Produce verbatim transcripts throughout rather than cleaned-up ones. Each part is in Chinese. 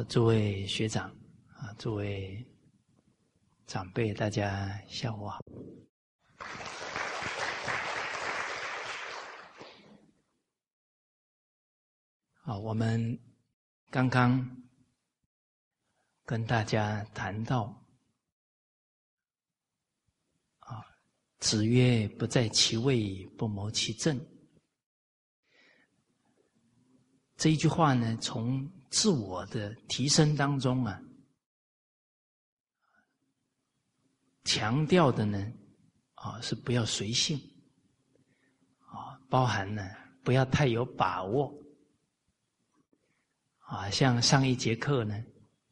啊，诸位学长啊，诸位长辈，大家下午好。啊，我们刚刚跟大家谈到啊，子曰：“不在其位，不谋其政。”这一句话呢，从自我的提升当中啊，强调的呢，啊是不要随性，啊包含呢不要太有把握，啊像上一节课呢，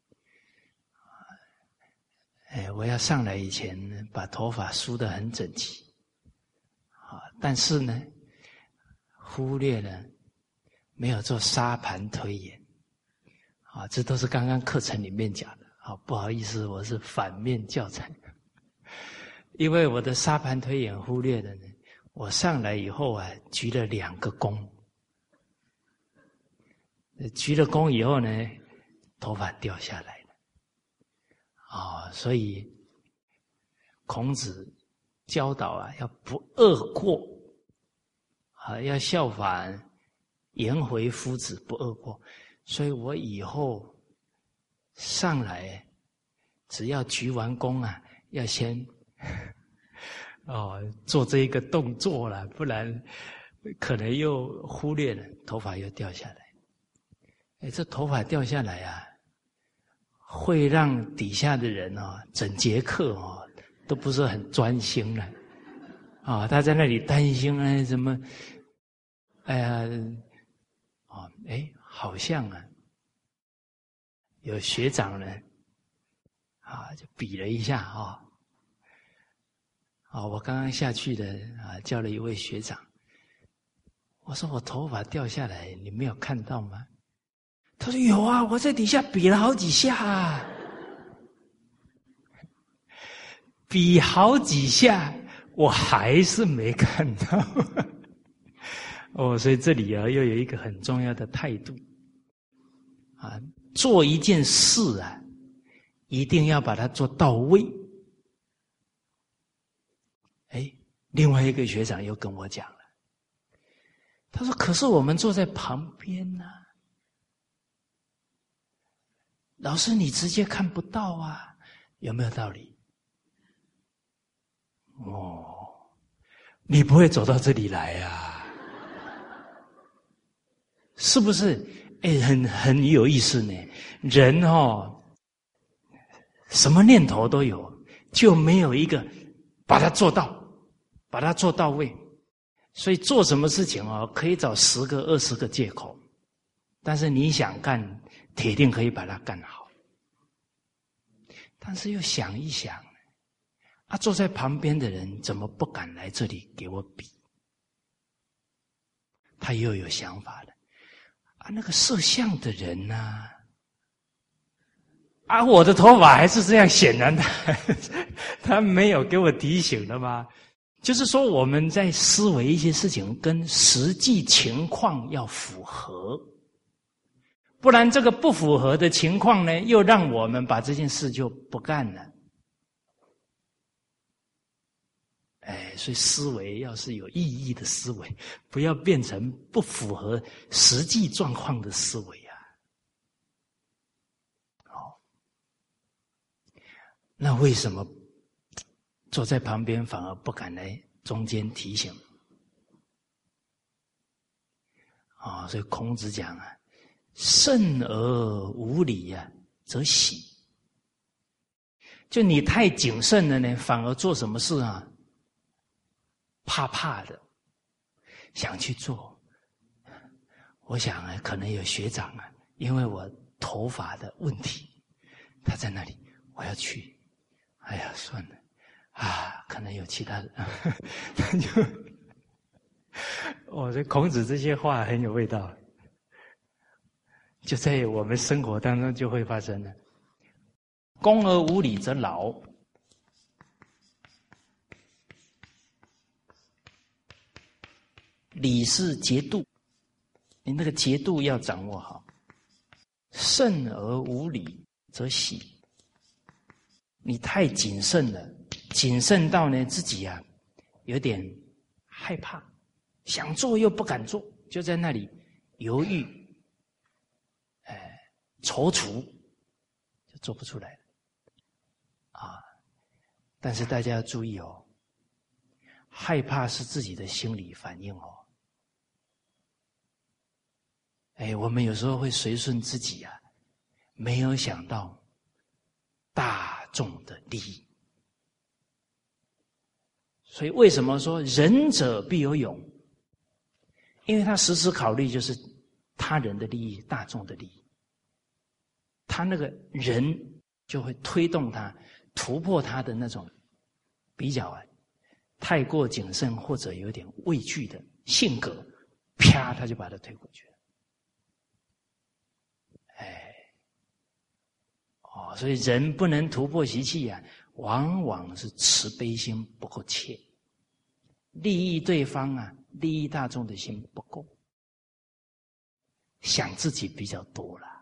哎我要上来以前呢，把头发梳得很整齐，啊但是呢，忽略了没有做沙盘推演。啊，这都是刚刚课程里面讲的。啊，不好意思，我是反面教材。因为我的沙盘推演忽略了呢，我上来以后啊，鞠了两个躬。鞠了躬以后呢，头发掉下来了。啊、哦，所以孔子教导啊，要不貰过，啊，要效法颜回夫子，不貰过。所以我以后上来，只要鞠完躬啊，要先哦做这一个动作了，不然可能又忽略了，头发又掉下来。哎，这头发掉下来啊，会让底下的人哦，整节课哦都不是很专心了。啊、哦，他在那里担心哎什么，哎呀，哦，哎。好像啊，有学长呢，啊，就比了一下啊，啊，我刚刚下去的啊，叫了一位学长，我说我头发掉下来，你没有看到吗？他说有啊，我在底下比了好几下啊，比好几下，我还是没看到。哦，所以这里啊，又有一个很重要的态度啊，做一件事啊，一定要把它做到位。哎，另外一个学长又跟我讲了，他说：“可是我们坐在旁边呢、啊，老师你直接看不到啊，有没有道理？”哦，你不会走到这里来啊？是不是？哎，很很有意思呢。人哦，什么念头都有，就没有一个把它做到，把它做到位。所以做什么事情哦，可以找十个、二十个借口，但是你想干，铁定可以把它干好。但是又想一想，啊，坐在旁边的人怎么不敢来这里给我比？他又有想法了。啊，那个摄像的人呢、啊？啊，我的头发还是这样，显然他他没有给我提醒的吗？就是说，我们在思维一些事情跟实际情况要符合，不然这个不符合的情况呢，又让我们把这件事就不干了。哎，所以思维要是有意义的思维，不要变成不符合实际状况的思维啊。哦，那为什么坐在旁边反而不敢来中间提醒？啊、哦，所以孔子讲啊，慎而无礼啊，则喜。就你太谨慎了呢，反而做什么事啊？怕怕的，想去做。我想啊，可能有学长啊，因为我头发的问题，他在那里，我要去。哎呀，算了啊，可能有其他人，他就，我这孔子这些话很有味道，就在我们生活当中就会发生了。恭而无礼则劳。礼是节度，你那个节度要掌握好。 慎而无礼则喜。你太谨慎了，谨慎到呢自己啊有点害怕，想做又不敢做，就在那里犹豫，哎，踌躇，就做不出来了啊！但是大家要注意哦，害怕是自己的心理反应哦。哎，我们有时候会随顺自己啊，没有想到大众的利益。所以为什么说仁者必有勇？因为他时时考虑就是他人的利益、大众的利益，他那个人就会推动他突破他的那种比较啊太过谨慎或者有点畏惧的性格，啪他就把他推过去了。哎，哦，所以人不能突破习气啊，往往是慈悲心不够切，利益对方啊，利益大众的心不够，想自己比较多了。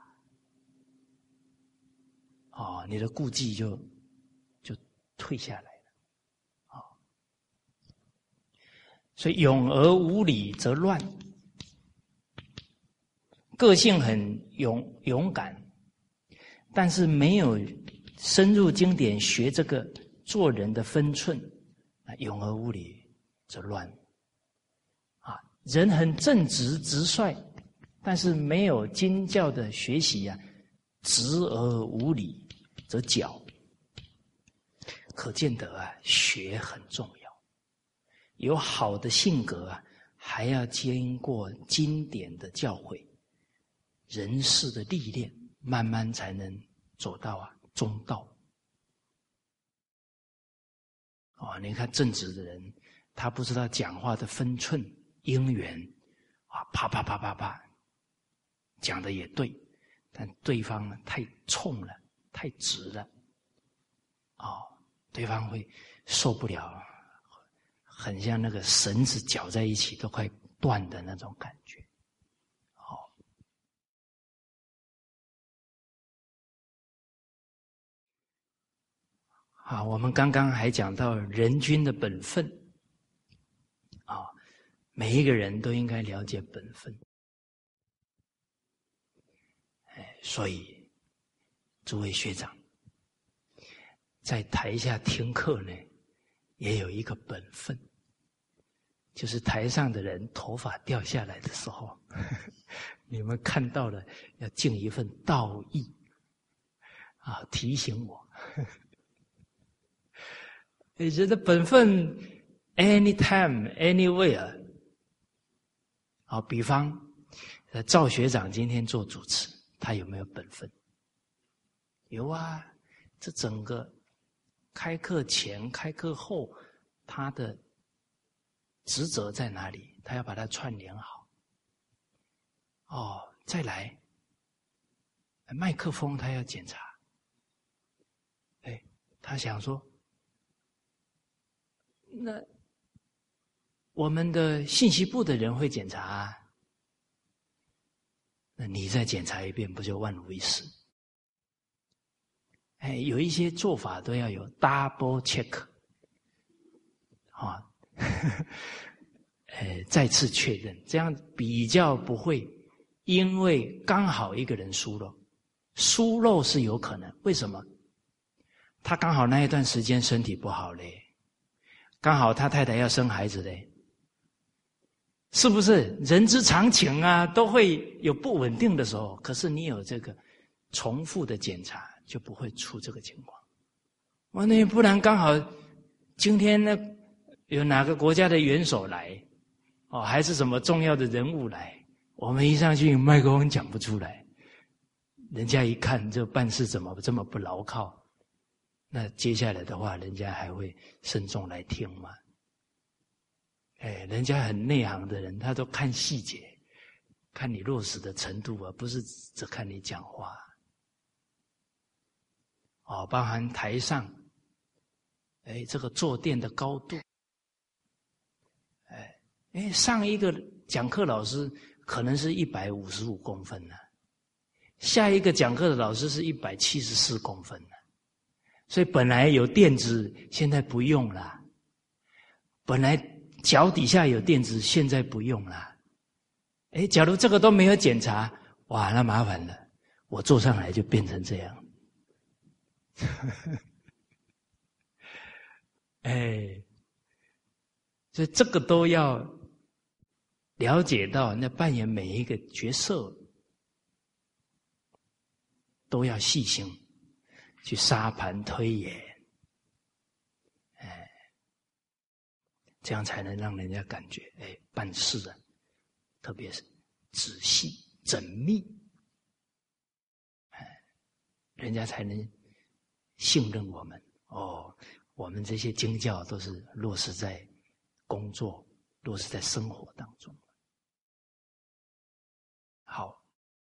哦，你的顾忌就就退下来了。哦，所以勇而无礼则乱，个性很勇勇敢，但是没有深入经典学这个做人的分寸，啊，勇而无礼则乱。啊，人很正直直率，但是没有经教的学习啊，直而无礼则绞。可见得啊，学很重要。有好的性格啊，还要经过经典的教诲，人事的历练，慢慢才能走到啊中道。哦，你看正直的人，他不知道讲话的分寸、因缘啊，啪啪啪啪啪，讲的也对，但对方呢太冲了，太直了，哦，对方会受不了，很像那个绳子绞在一起都快断的那种感觉。啊，我们刚刚还讲到人君的本分，啊，每一个人都应该了解本分。哎，所以诸位学长在台下听课呢，也有一个本分，就是台上的人头发掉下来的时候，你们看到了要尽一份道义，啊，提醒我。你觉得本分 anytime anywhere， 好，比方赵学长今天做主持，他有没有本分？有啊，这整个开课前开课后他的职责在哪里，他要把它串联好。哦，再来麦克风他要检查，哎，他想说那我们的信息部的人会检查啊，那你再检查一遍，不就万无一失？哎，有一些做法都要有 double check， 啊，哎，再次确认，这样比较不会因为刚好一个人疏漏，疏漏是有可能，为什么？他刚好那一段时间身体不好嘞。刚好他太太要生孩子嘞，是不是？人之常情啊，都会有不稳定的时候。可是你有这个重复的检查，就不会出这个情况。哇，那不然刚好今天呢，有哪个国家的元首来，哦，还是什么重要的人物来，我们一上去麦克风讲不出来，人家一看这办事怎么这么不牢靠？那接下来的话，人家还会慎重来听吗？哎，人家很内行的人，他都看细节，看你落实的程度啊，不是只看你讲话。哦，包含台上，哎，这个坐垫的高度，哎，哎，上一个讲课老师可能是一百五十五公分呢、啊， 下一个讲课的老师是一百七十四公分的，所以本来有垫子，现在不用了。本来脚底下有垫子，现在不用了。哎，假如这个都没有检查，哇，那麻烦了，我坐上来就变成这样。哎，所以这个都要了解到，那扮演每一个角色都要细心去沙盘推演，哎，这样才能让人家感觉，哎，办事啊，特别是仔细缜密，哎，人家才能信任我们。哦，我们这些经教都是落实在工作，落实在生活当中。好，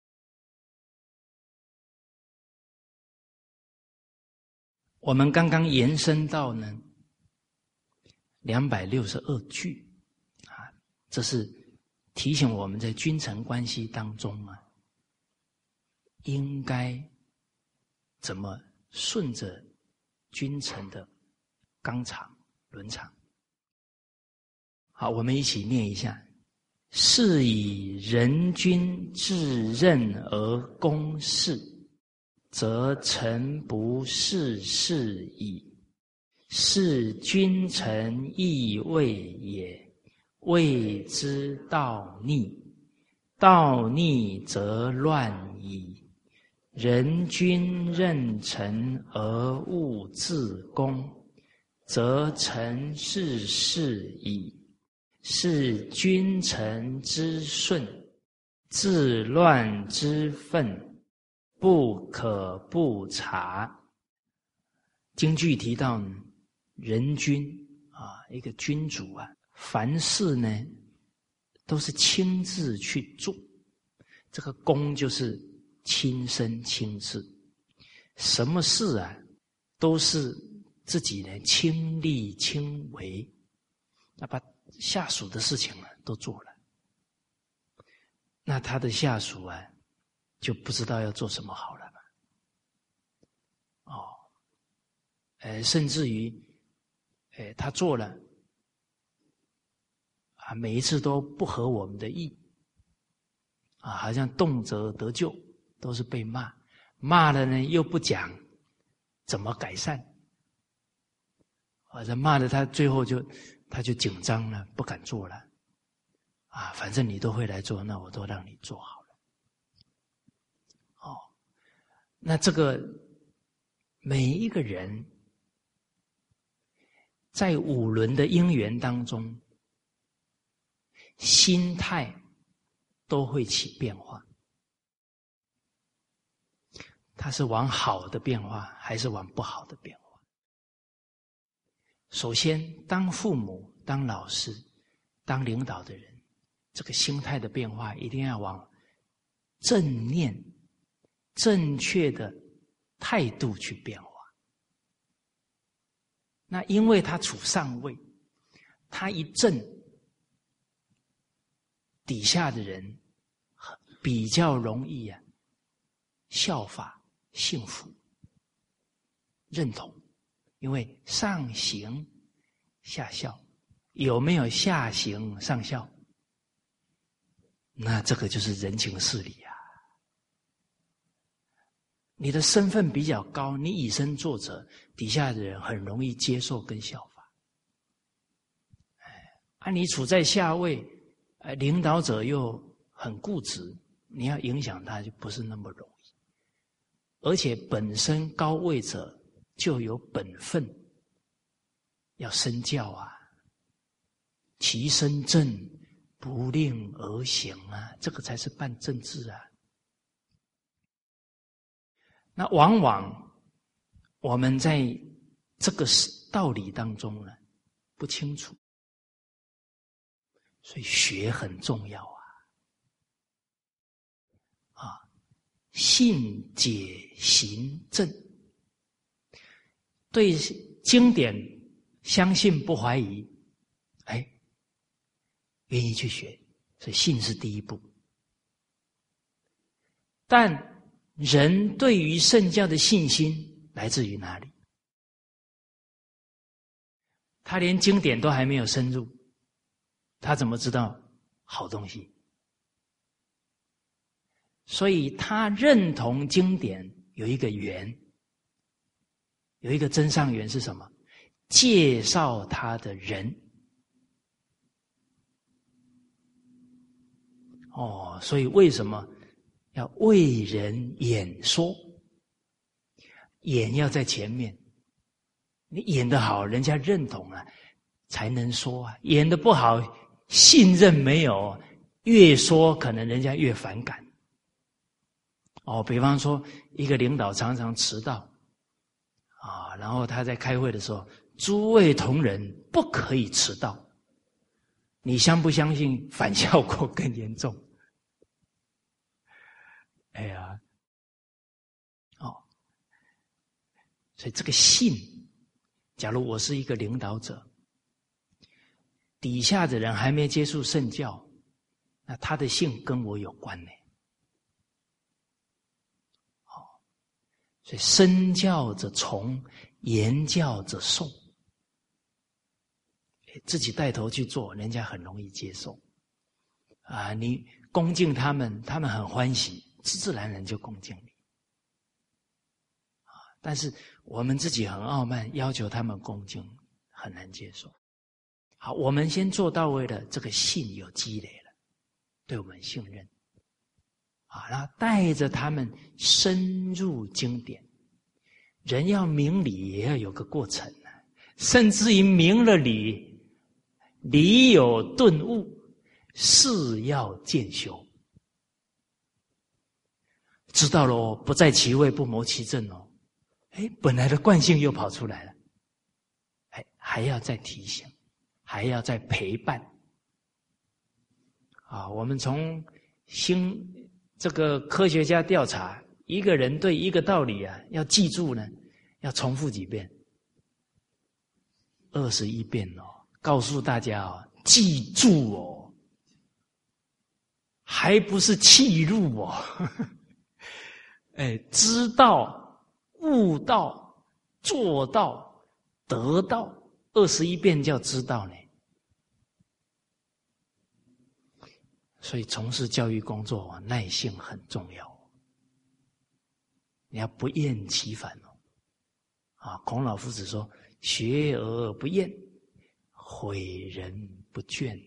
我们刚刚延伸到呢两百六十二句啊，这是提醒我们在君臣关系当中啊，应该怎么顺着君臣的纲常伦常。好，我们一起念一下：是以人君自任而公事，则臣不事事矣。是君臣义位也，谓之道逆。道逆则乱矣。人君任臣而勿自宫，则臣事事矣。是君臣之顺，治乱之分，不可不察。经句提到人君啊，一个君主啊，凡事呢都是亲自去做，这个公就是亲身亲自，什么事啊都是自己呢亲力亲为，那把下属的事情啊都做了，那他的下属啊就不知道要做什么好了吧？哦，呃，甚至于，呃，他做了啊，每一次都不合我们的意啊，好像动辄得咎，都是被骂，骂了呢又不讲怎么改善，啊，这骂了他，最后就他就紧张了，不敢做了，啊，反正你都会来做，那我都让你做好了。哦，那这个每一个人在五轮的因缘当中，心态都会起变化。他是往好的变化，还是往不好的变化？首先，当父母、当老师、当领导的人，这个心态的变化一定要往正念、正确的态度去变化。那因为他处上位，他一正，底下的人比较容易啊效法、信服、认同。因为上行下效，有没有下行上效？那这个就是人情事理啊。你的身份比较高，你以身作则，底下的人很容易接受跟效法。啊，你处在下位，呃，领导者又很固执，你要影响他就不是那么容易。而且本身高位者就有本分，要身教啊，其身正，不令而行啊，这个才是办政治啊。那往往我们在这个道理当中呢，不清楚，所以学很重要啊。啊，信解行正。对经典相信不怀疑，哎，愿意去学，所以信是第一步。但人对于圣教的信心来自于哪里？他连经典都还没有深入，他怎么知道好东西？所以他认同经典有一个缘，有一个真上缘是什么？介绍他的人。哦，所以为什么要为人演说？演要在前面，你演得好，人家认同啊，才能说啊；演得不好，信任没有，越说可能人家越反感。哦，比方说一个领导常常迟到啊，然后他在开会的时候，诸位同仁不可以迟到。你相不相信反效果更严重？哎呀，哦，所以这个信，假如我是一个领导者，底下的人还没接触圣教，那他的信跟我有关呢。哦，所以身教者从，言教者受。自己带头去做，人家很容易接受。啊，你恭敬他们，他们很欢喜，自自然然就恭敬你。啊，但是我们自己很傲慢，要求他们恭敬，很难接受。好，我们先做到位了，这个信有积累了，对我们信任。啊，然后带着他们深入经典。人要明理，也要有个过程啊，甚至于明了理。理有顿悟，事要渐修。知道了哦，不在其位，不谋其政哦。哎，本来的惯性又跑出来了。哎，还要再提醒，还要再陪伴。啊，我们从新这个科学家调查，一个人对一个道理啊，要记住呢，要重复几遍？二十一遍哦。告诉大家哦，记住哦，还不是记录哦。哎，知道、悟到、做到、得到，二十一遍叫知道呢。所以从事教育工作啊，耐性很重要。你要不厌其烦哦。啊，孔老夫子说：“学而不厌。”诲人不倦，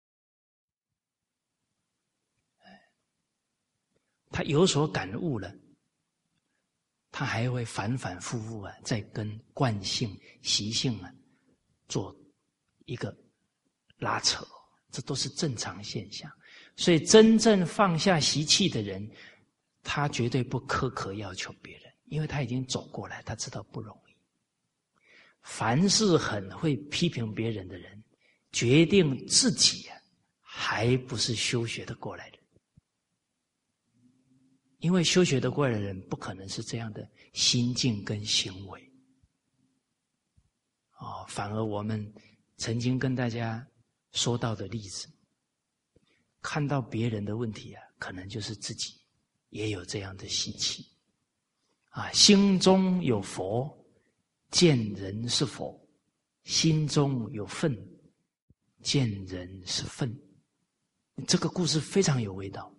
他有所感悟了，他还会反反复复啊，再跟惯性、习性啊做一个拉扯，这都是正常现象。所以，真正放下习气的人，他绝对不苛刻要求别人，因为他已经走过来，他知道不容易。凡是很会批评别人的人，决定自己啊，还不是修学的过来人。因为修学的过来的人不可能是这样的心境跟行为。哦，反而我们曾经跟大家说到的例子，看到别人的问题啊，可能就是自己也有这样的习气。啊，心中有佛，见人是佛；心中有愤，见人是愤。这个故事非常有味道。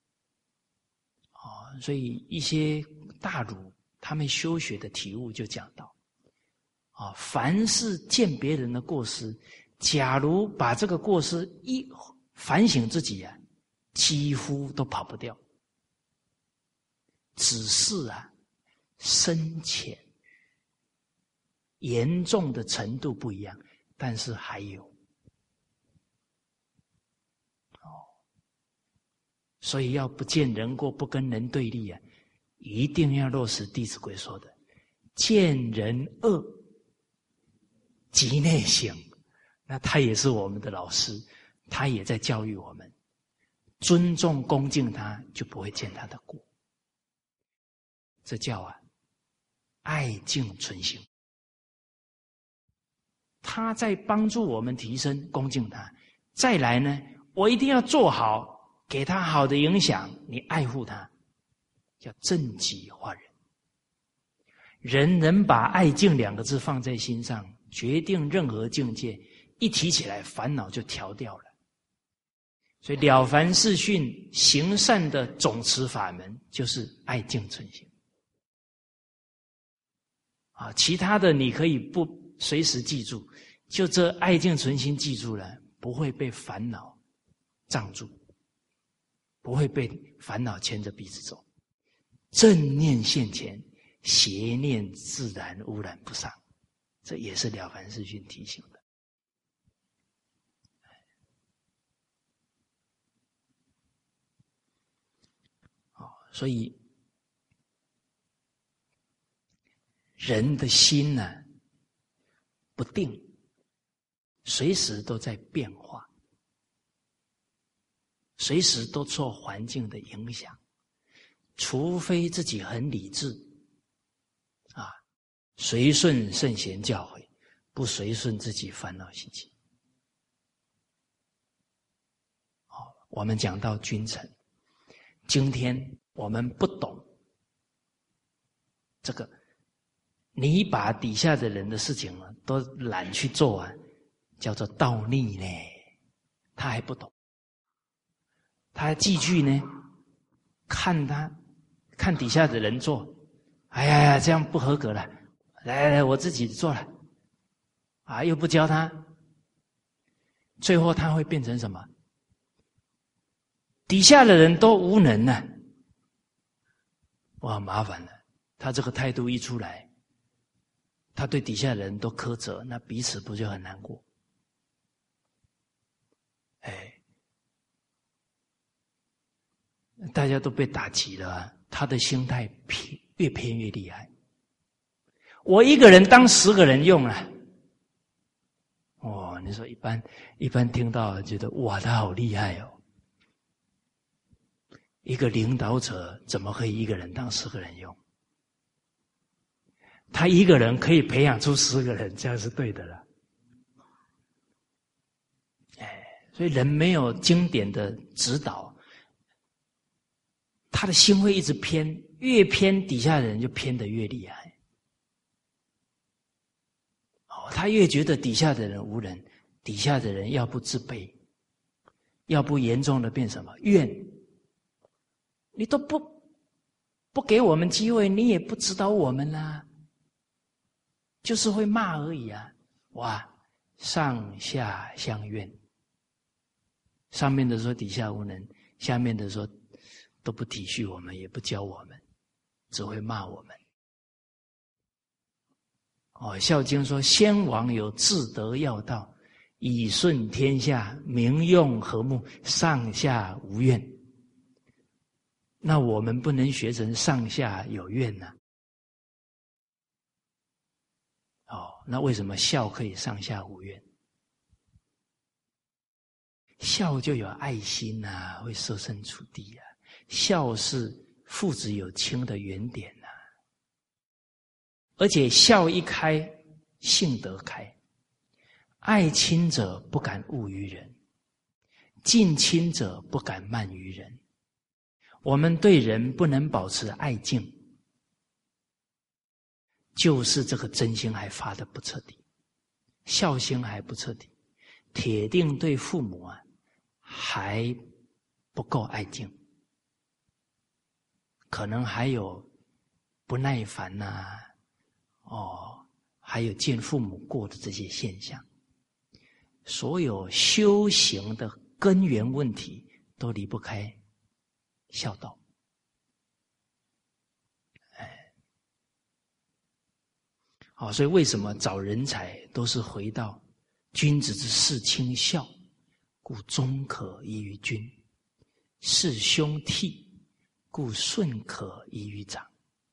啊，所以一些大儒他们修学的体悟就讲到，啊，凡是见别人的过失，假如把这个过失一反省自己啊，几乎都跑不掉。只是啊，深浅严重的程度不一样，但是还有。哦，所以要不见人过，不跟人对立啊，一定要落实《弟子规》说的：见人恶，即内省。那他也是我们的老师，他也在教育我们，尊重恭敬他，就不会见他的过。这叫啊，爱敬存心。他在帮助我们提升恭敬他。再来呢，我一定要做好，给他好的影响，你爱护他。 叫正己化人。人能把爱敬两个字放在心上，决定任何境界，一提起来烦恼就调掉了。所以了凡四训行善的总持法门就是爱敬存心啊，其他的你可以不随时记住，就这爱敬存心记住了，不会被烦恼障住，不会被烦恼牵着鼻子走。正念现前，邪念自然污染不上，这也是了凡四训提醒的。所以人的心呢不定，随时都在变化，随时都受环境的影响，除非自己很理智啊，随顺圣贤教诲，不随顺自己烦恼习气。好，我们讲到君臣，今天我们不懂这个，你把底下的人的事情都懒去做啊，叫做倒逆呢。他还不懂，他还继续呢，看他看底下的人做，哎呀呀，这样不合格了，来来来，我自己做了，啊，又不教他，最后他会变成什么？底下的人都无能呢、啊。哇，麻烦了！他这个态度一出来，他对底下的人都苛责，那彼此不就很难过？哎，大家都被打击了，他的心态偏越偏越厉害。我一个人当十个人用了，哦，你说一般一般听到觉得哇，他好厉害哦！一个领导者怎么可以一个人当十个人用？他一个人可以培养出十个人，这样是对的了。哎，所以人没有经典的指导，他的心会一直偏，越偏底下的人就偏得越厉害。哦，他越觉得底下的人无能，底下的人要不自卑，要不严重的变什么怨。你都不不给我们机会，你也不指导我们啦，就是会骂而已啊！哇，上下相怨，上面的说底下无能，下面的说都不体恤我们，也不教我们，只会骂我们。哦，《孝经》说：“先王有至德要道，以顺天下，民用和睦，上下无怨。”那我们不能学成上下有怨呢、啊？哦，那为什么孝可以上下无怨？孝就有爱心啊，会设身处地啊。孝是父子有亲的原点啊。而且孝一开，性德开。爱亲者不敢恶于人，敬亲者不敢慢于人。我们对人不能保持爱敬，就是这个真心还发得不彻底，孝心还不彻底，铁定对父母啊还不够爱敬，可能还有不耐烦呐、啊，哦，还有见父母过的这些现象。所有修行的根源问题都离不开孝道。哎，好，所以为什么找人才都是回到君子之事亲孝，故忠可依于君；事兄悌，故顺可依于长。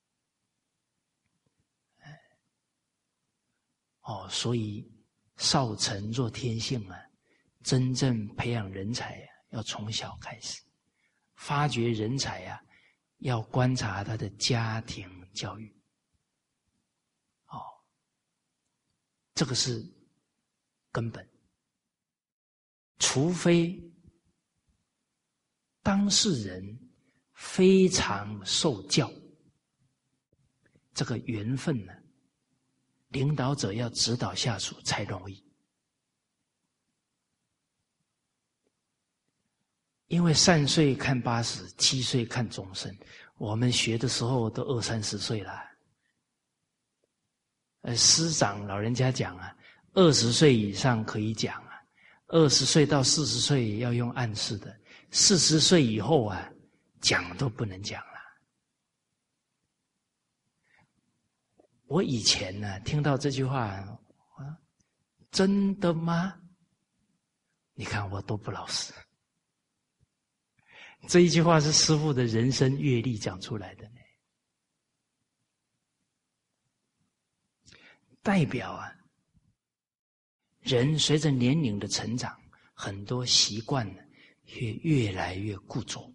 哦，所以少成若天性啊，真正培养人才啊，要从小开始。发掘人才啊，要观察他的家庭教育。哦，这个是根本。除非当事人非常受教，这个缘分呢，领导者要指导下属才容易。因为三岁看八十，七岁看终身。我们学的时候都二三十岁了。呃，师长老人家讲啊，二十岁以上可以讲啊，二十岁到四十岁要用暗示的，四十岁以后啊，讲都不能讲了。我以前呢，听到这句话啊，真的吗？你看我多不老实。这一句话是师父的人生阅历讲出来的呢，代表啊，人随着年龄的成长，很多习惯呢，越越来越固着。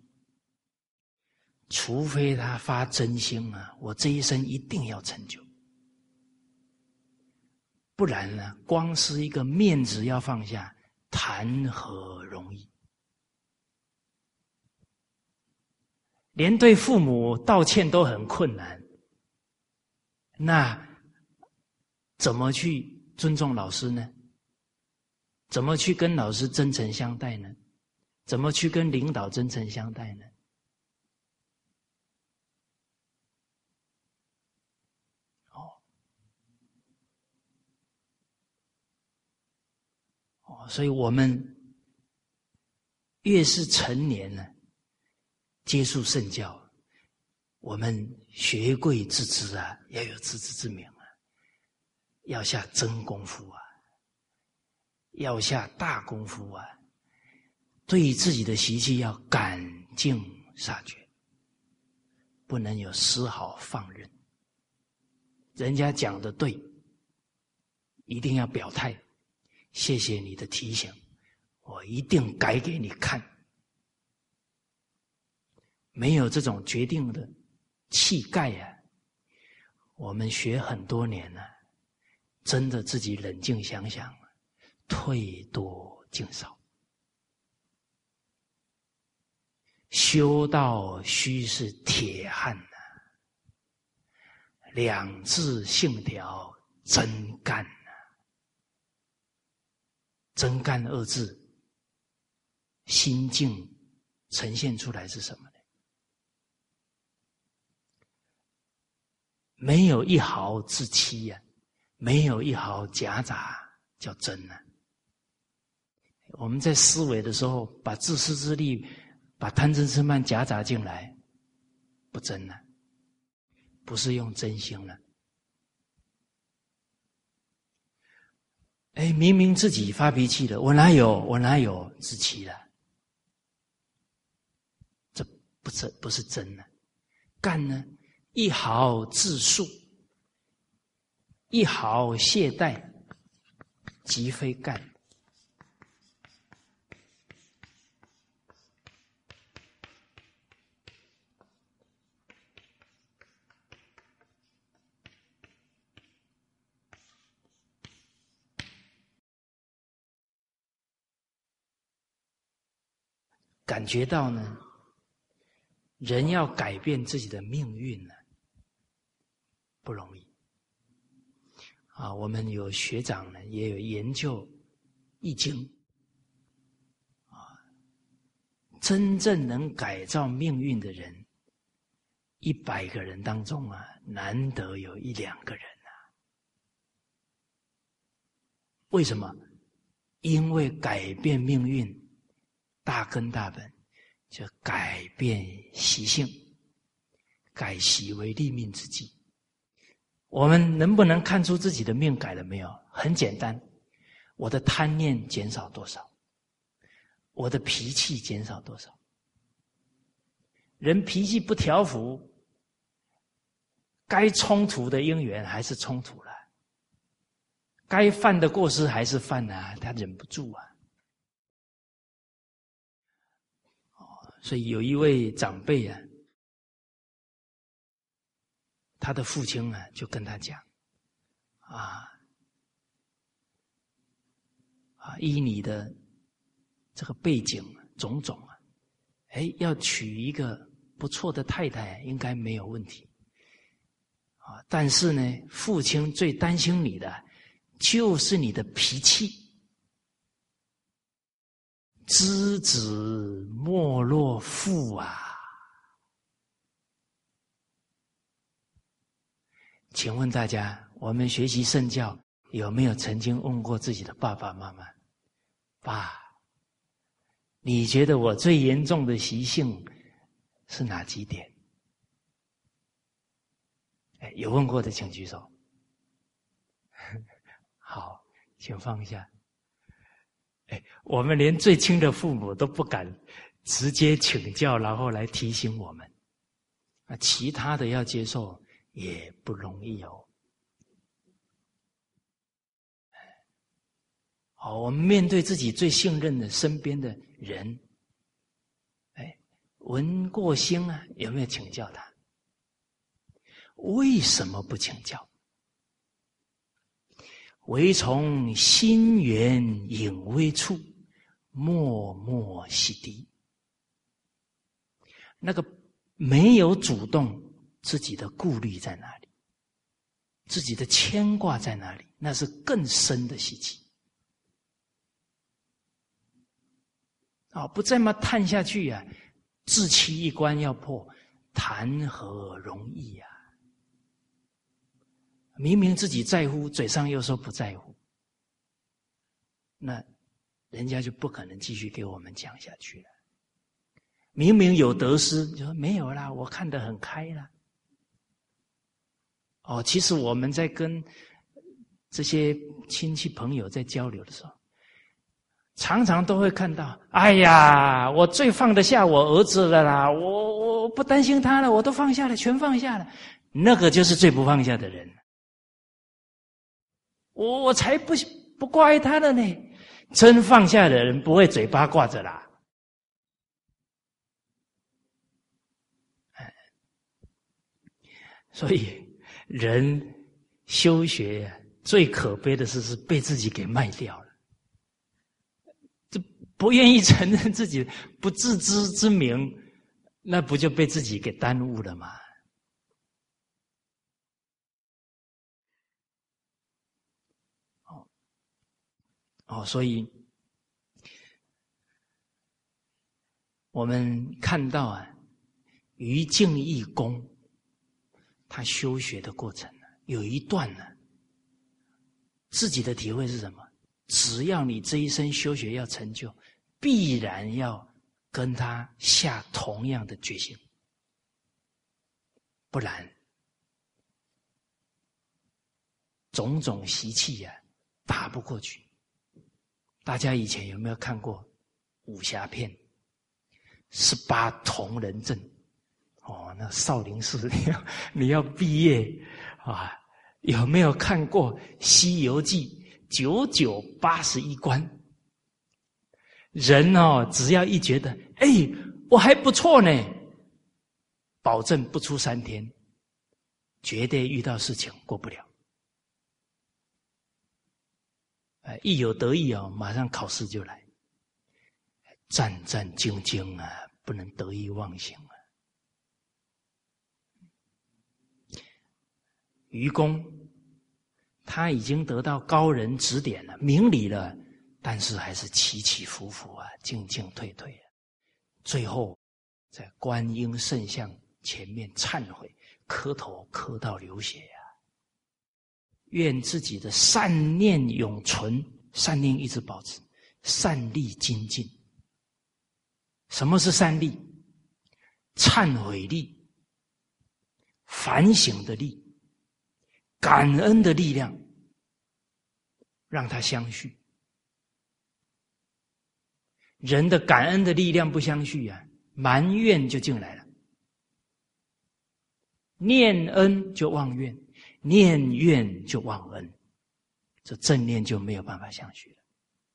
除非他发真心啊，我这一生一定要成就，不然呢，光是一个面子要放下，谈何容易？连对父母道歉都很困难，那怎么去尊重老师呢？怎么去跟老师真诚相待呢？怎么去跟领导真诚相待呢？哦，哦，所以我们越是成年呢，接触圣教，我们学贵之知啊，要有自知之明啊，要下真功夫啊，要下大功夫啊，对自己的习气要赶尽杀绝，不能有丝毫放任。人家讲的对，一定要表态，谢谢你的提醒，我一定改给你看。没有这种决定的气概啊，我们学很多年了，真的自己冷静想想，退多进少。修道须是铁汉啊，两字信条真干啊。真干二字心境呈现出来是什么呢？没有一毫自欺呀、啊，没有一毫夹杂，叫真啊。我们在思维的时候，把自私自利、把贪嗔痴慢夹杂进来，不真啊，不是用真心了。哎，明明自己发脾气了，我哪有我哪有自欺了？这不是不是真的。干呢？一毫自述，一毫懈怠，即非干。感觉到呢，人要改变自己的命运呢，不容易。啊，我们有学长呢，也有研究易经。啊，真正能改造命运的人，一百个人当中啊，难得有一两个人啊。为什么？因为改变命运，大根大本就改变习性，改习为立命之计。我们能不能看出自己的命改了没有？很简单，我的贪念减少多少，我的脾气减少多少。人脾气不调伏，该冲突的因缘还是冲突了，该犯的过失还是犯了啊，他忍不住啊。所以有一位长辈啊，他的父亲啊就跟他讲，啊啊，依你的这个背景种种啊，哎，要娶一个不错的太太，应该没有问题。啊，但是呢，父亲最担心你的就是你的脾气。知子莫若父啊！请问大家，我们学习圣教有没有曾经问过自己的爸爸妈妈：爸，你觉得我最严重的习性是哪几点？哎，有问过的请举手。好，请放下。哎，我们连最亲的父母都不敢直接请教，然后来提醒我们，啊，其他的要接受也不容易哦。好，我们面对自己最信任的身边的人，哎，闻过心啊，有没有请教他？为什么不请教？唯从心源隐微处，默默洗涤。那个没有主动，自己的顾虑在哪里？自己的牵挂在哪里？那是更深的习气。啊，不这么探下去啊，志气一关要破，谈何容易啊！明明自己在乎，嘴上又说不在乎，那人家就不可能继续给我们讲下去了。明明有得失，就说没有啦，我看得很开啦。哦，其实我们在跟这些亲戚朋友在交流的时候，常常都会看到，哎呀，我最放得下我儿子了啦，我我不担心他了，我都放下了，全放下了。那个就是最不放下的人。我我才不不怪他了呢，真放下的人不会嘴巴挂着啦。所以人修学最可悲的事是被自己给卖掉了，这不愿意承认自己不自知之明，那不就被自己给耽误了吗？哦，所以我们看到啊，于净义公他修学的过程呢，有一段呢，自己的体会是什么？只要你这一生修学要成就，必然要跟他下同样的决心，不然种种习气呀、啊，打不过去。大家以前有没有看过武侠片？十八铜人阵，哦，那少林寺你要你要毕业啊，有没有看过《西游记》九九八十一关？人哦，只要一觉得，哎，我还不错呢，保证不出三天，绝对遇到事情过不了。哎，一有得意哦，马上考试就来，战战兢兢啊，不能得意忘形啊。愚公他已经得到高人指点了，明理了，但是还是起起伏伏啊，进进退退啊。最后在观音圣像前面忏悔，磕头磕到流血啊。愿自己的善念永存，善念一直保持，善力精进。什么是善力？忏悔力、反省的力、感恩的力量，让它相续。人的感恩的力量不相续啊，埋怨就进来了，念恩就忘怨，念怨就忘恩，这正念就没有办法相续了。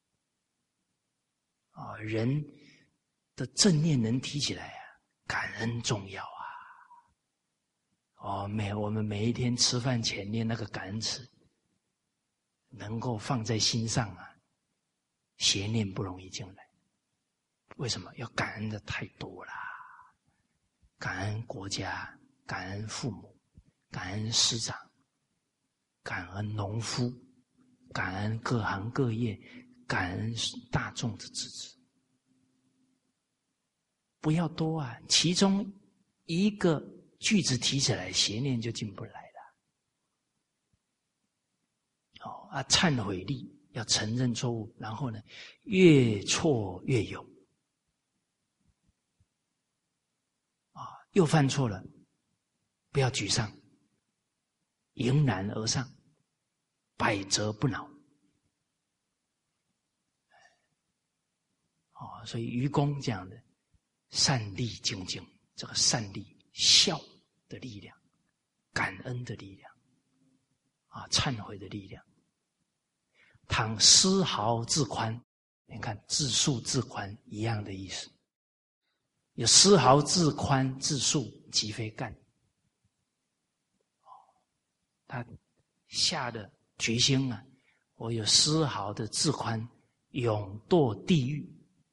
啊，人的正念能提起来啊，感恩重要啊。哦，每我们每一天吃饭前念那个感恩词，能够放在心上啊，邪念不容易进来。为什么？要感恩的太多啦。 感恩国家，感恩父母，感恩师长，感恩农夫，感恩各行各业，感恩大众的支持。不要多啊，其中一个句子提起来，邪念就进不来了。哦啊，忏悔力要承认错误，然后呢，越错越有。啊，又犯错了，不要沮丧，迎难而上，百折不挠。哦，所以愚公讲的善力精进，这个善力孝的力量，感恩的力量，啊，忏悔的力量。倘丝毫自宽，你看自述自宽一样的意思。有丝毫自宽自述，即非干。他下的决心啊，我有丝毫的自宽，永堕地狱。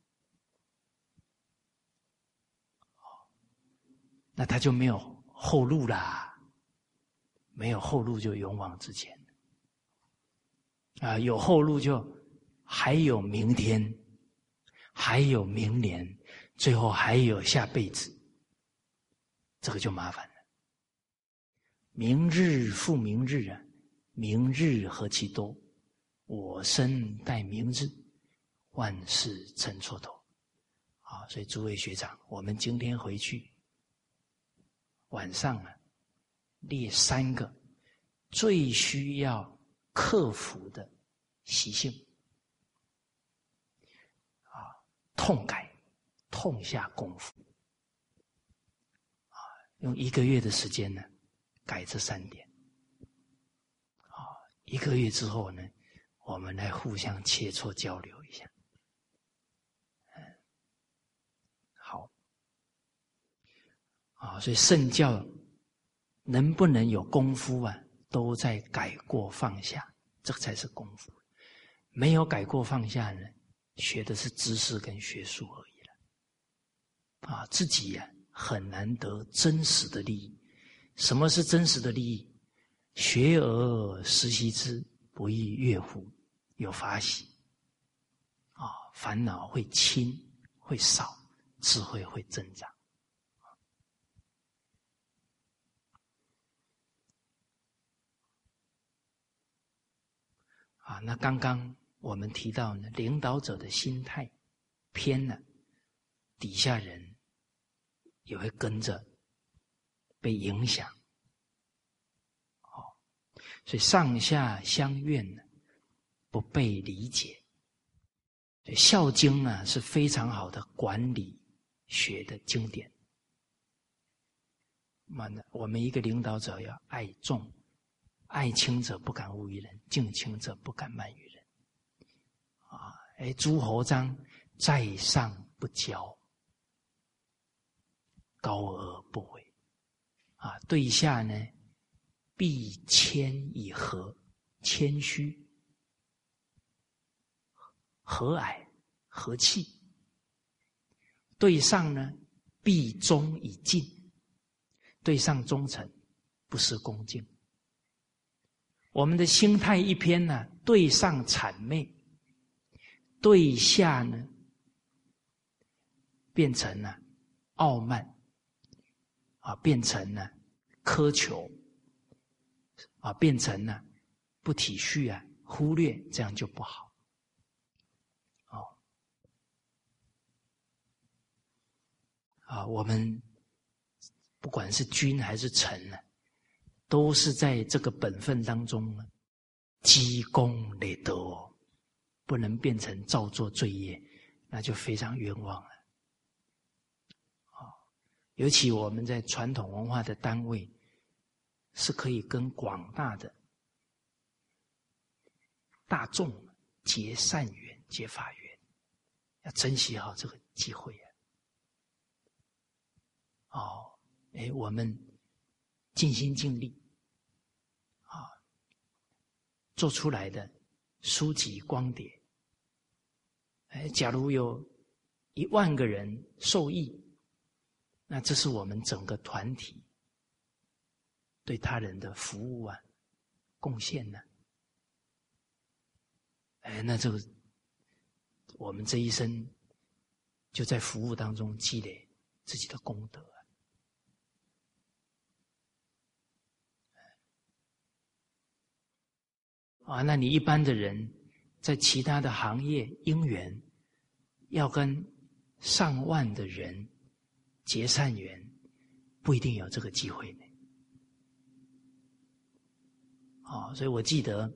那他就没有后路啦，没有后路就勇往直前。啊，有后路就还有明天，还有明年，最后还有下辈子，这个就麻烦了。明日复明日啊，明日何其多，我生待明日，万事成蹉跎。啊，所以诸位学长，我们今天回去晚上啊，列三个最需要克服的习性，啊，痛改，痛下功夫，啊，用一个月的时间呢，改这三点，啊，一个月之后呢，我们来互相切磋交流一下，嗯，好，啊，所以圣教能不能有功夫啊？都在改过放下，这个才是功夫。没有改过放下呢，学的是知识跟学术而已了。啊，自己呀、啊、很难得真实的利益。什么是真实的利益？学而时习之，不亦乐乎？有法喜。啊，烦恼会轻会少，智慧会增长。啊，那刚刚我们提到呢，领导者的心态偏了，底下人也会跟着被影响。哦，所以上下相怨呢，不被理解。所以《孝经》啊是非常好的管理学的经典。那么我们一个领导者要爱众。爱亲者不敢恶于人，敬亲者不敢慢于人。啊，哎，诸侯章在上不骄，高而不为。啊，对下呢，必谦以和，谦虚、和蔼、和气。对上呢，必忠以敬，对上忠诚，不失恭敬。我们的心态一偏呢、啊，对上谄媚，对下呢变成了、啊、傲慢，啊，变成了、啊、苛求，啊，变成了、啊、不体恤啊，忽略，这样就不好。哦，啊，我们不管是君还是臣呢、啊。都是在这个本分当中积功累德哦，不能变成造作罪业，那就非常冤枉了。哦，尤其我们在传统文化的单位，是可以跟广大的大众结善缘、结法缘，要珍惜好这个机会啊！哦，哎，我们尽心尽力啊，做出来的书籍光碟，哎，假如有一万个人受益， 那这是我们整个团体对他人的服务啊、贡献呢、啊。哎，那这个我们这一生就在服务当中积累自己的功德啊。啊，那你一般的人在其他的行业因缘，要跟上万的人结善缘，不一定有这个机会呢。啊，所以我记得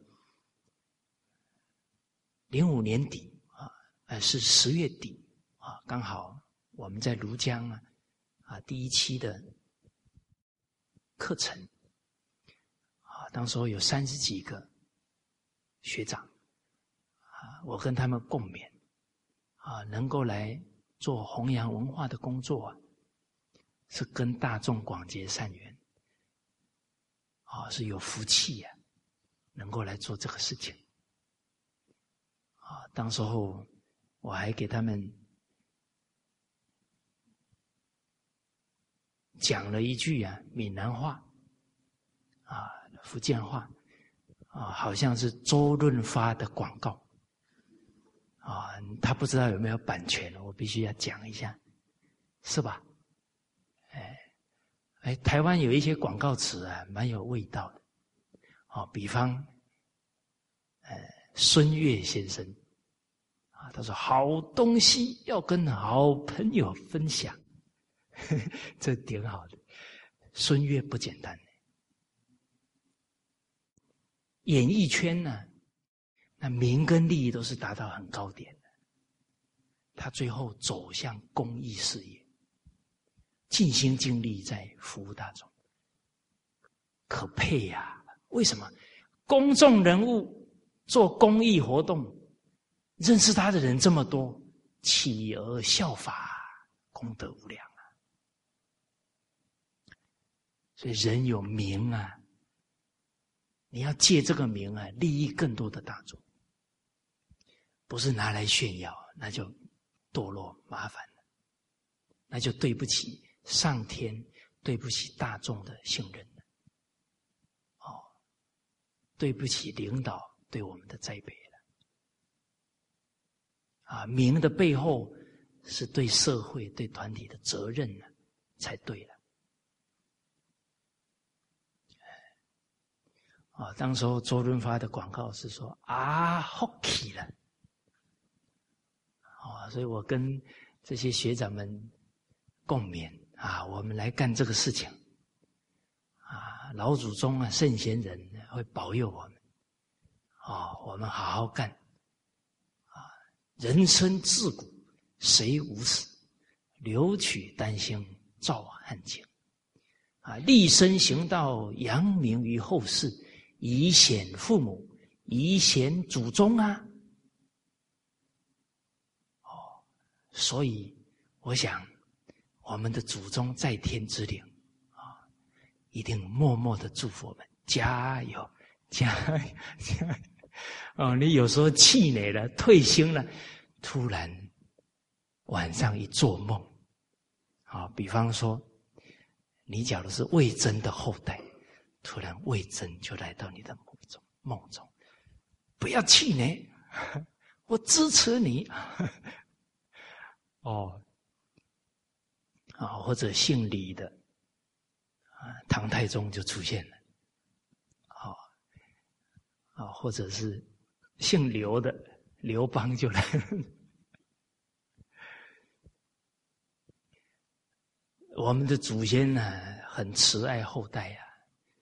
零五年底啊，呃是十月底啊，刚好我们在庐江啊啊第一期的课程啊，当时候有三十几个学长啊，我跟他们共勉啊，能够来做弘扬文化的工作啊，是跟大众广结善缘啊，是有福气呀、啊，能够来做这个事情啊。当时候我还给他们讲了一句啊闽南话啊福建话啊，好像是周润发的广告啊，他不知道有没有版权，我必须要讲一下，是吧？哎哎，台湾有一些广告词啊，蛮有味道的，哦，比方，呃，孙越先生啊，他说好东西要跟好朋友分享，呵呵，这挺好的。孙越不简单，演艺圈呢，那名跟利都是达到很高点的，他最后走向公益事业，尽心尽力在服务大众，可佩呀、啊！为什么公众人物做公益活动，认识他的人这么多，企而效法，功德无量啊！所以人有名啊，你要借这个名啊，利益更多的大众，不是拿来炫耀，那就堕落麻烦了，那就对不起上天，对不起大众的信任了，哦，对不起领导对我们的栽培了。啊，名的背后是对社会、对团体的责任呢，才对了。啊，当时候周润发的广告是说啊，好气了，啊，所以我跟这些学长们共勉啊，我们来干这个事情，啊，老祖宗啊，圣贤人会保佑我们，啊，我们好好干，啊，人生自古谁无死，留取丹心照汗青，啊，立身行道，扬名于后世。以显父母，以显祖宗啊！哦，所以我想，我们的祖宗在天之灵啊，一定默默的祝福我们，加油，加油，加油！哦，你有时候气馁了，退心了，突然晚上一做梦，啊，比方说，你假如是魏征的后代。突然魏征就来到你的梦中，梦中，不要气馁，我支持你。哦，啊，或者姓李的，啊，唐太宗就出现了，啊，啊，或者是姓刘的刘邦就来了。我们的祖先呢，很慈爱后代呀、啊。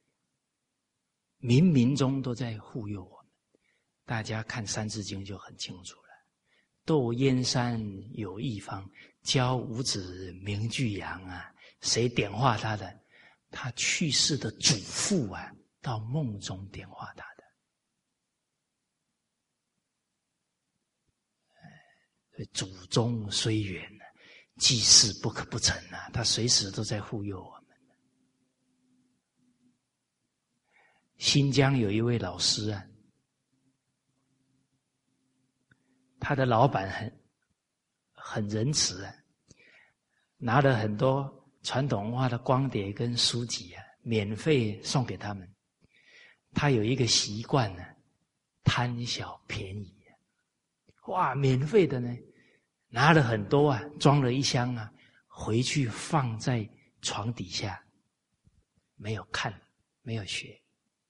冥冥中都在护佑我们，大家看《三字经》就很清楚了。窦燕山有一方，教五子名俱扬啊！谁点化他的？他去世的祖父啊，到梦中点化他的。所以祖宗虽远，济世不可不成啊！他随时都在护佑我们。新疆有一位老师啊，他的老板很很仁慈啊，拿了很多传统文化的光碟跟书籍啊，免费送给他们。他有一个习惯呢，贪小便宜。哇，免费的呢，拿了很多啊，装了一箱啊，回去放在床底下，没有看，没有学。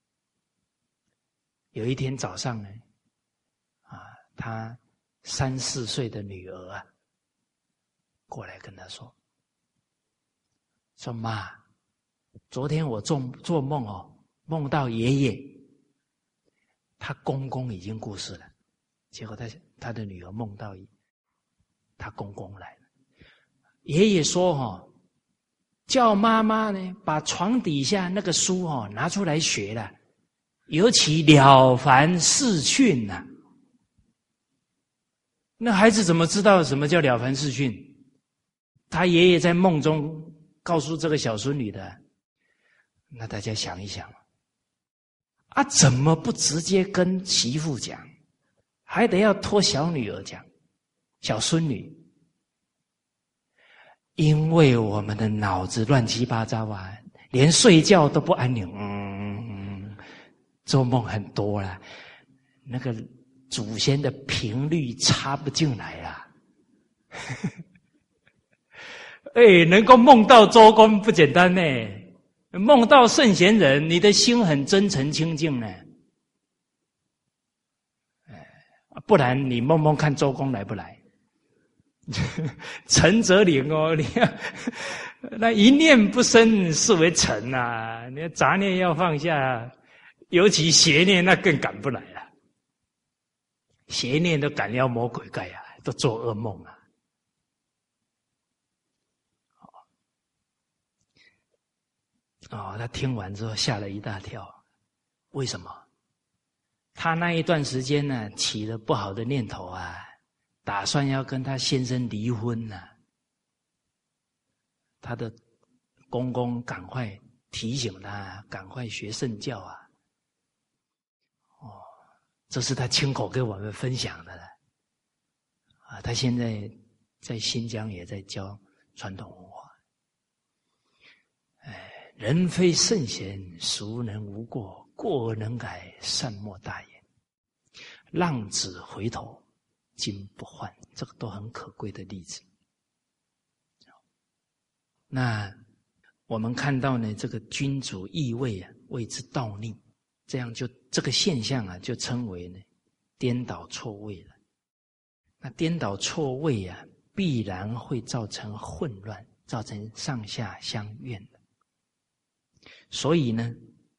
有一天早上呢，啊，他三四岁的女儿啊，过来跟他说：“说妈，昨天我做做梦哦，梦到爷爷，他公公已经过世了。结果他他的女儿梦到他公公来了。爷爷说哦，叫妈妈呢把床底下那个书哦拿出来学了，尤其《了凡四训》呐。那孩子怎么知道什么叫《了凡四训》？他爷爷在梦中告诉这个小孙女的。那大家想一想，啊，怎么不直接跟媳妇讲，还得要托小女儿讲，小孙女？因为我们的脑子乱七八糟啊，连睡觉都不安宁，嗯，做梦很多啦，那个祖先的频率插不进来啊。哎，能够梦到周公不简单呢，梦到圣贤人，你的心很真诚清净呢。不然你梦梦看周公来不来？诚则灵哦，你看那一念不生是为诚啊，你杂念要放下，尤其邪念那更赶不来了。邪念都赶妖魔鬼怪啊，都做噩梦啊。哦，他听完之后吓了一大跳，为什么？他那一段时间呢，起了不好的念头啊，打算要跟他先生离婚呢、啊。他的公公赶快提醒他，赶快学圣教啊。哦，这是他亲口跟我们分享的了。啊，他现在在新疆也在教传统文化。哎，人非圣贤，孰能无过？过而能改，善莫大焉。浪子回头金不换，这个都很可贵的例子。那我们看到呢，这个君主易位啊，谓之倒逆，这样就这个现象啊，就称为呢颠倒错位了。那颠倒错位啊，必然会造成混乱，造成上下相怨的。所以呢，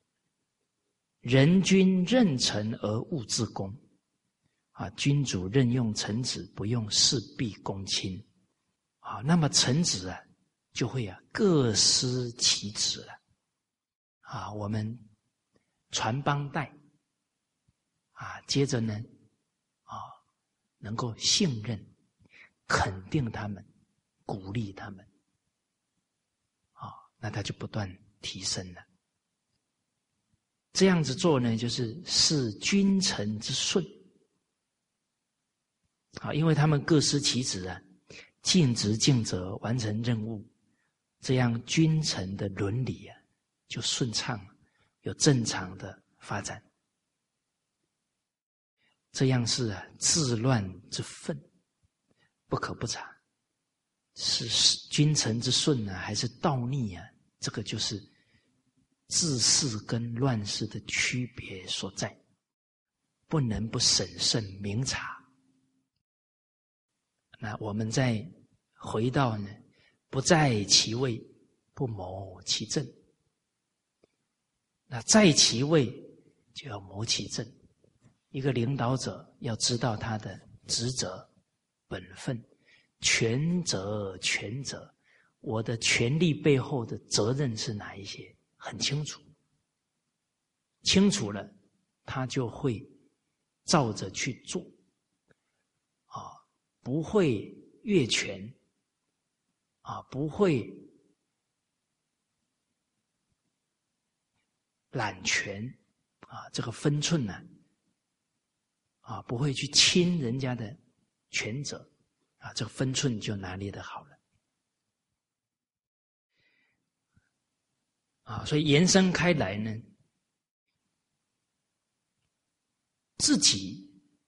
人君任臣而勿自宫，啊，君主任用臣子，不用事必躬亲，啊，那么臣子啊，就会啊各司其职了，啊，我们传帮带，啊，接着呢，啊，能够信任、肯定他们，鼓励他们，啊，那他就不断提升了。这样子做呢，就是事君臣之顺。啊，因为他们各司其职啊，尽职尽责完成任务，这样君臣的伦理啊就顺畅，有正常的发展。这样是啊治乱之分，不可不察。是君臣之顺呢、啊，还是倒逆啊？这个就是治世跟乱世的区别所在，不能不审慎明察。那我们再回到呢，不在其位，不谋其政。那在其位，就要谋其政。一个领导者要知道他的职责、本分、权责、权责，我的权力背后的责任是哪一些，很清楚。清楚了，他就会照着去做。不会越权，啊，不会揽权，啊，这个分寸呢、啊，啊，不会去侵人家的权责，啊，这个分寸就拿捏得好了。 啊，所以延伸开来呢，自己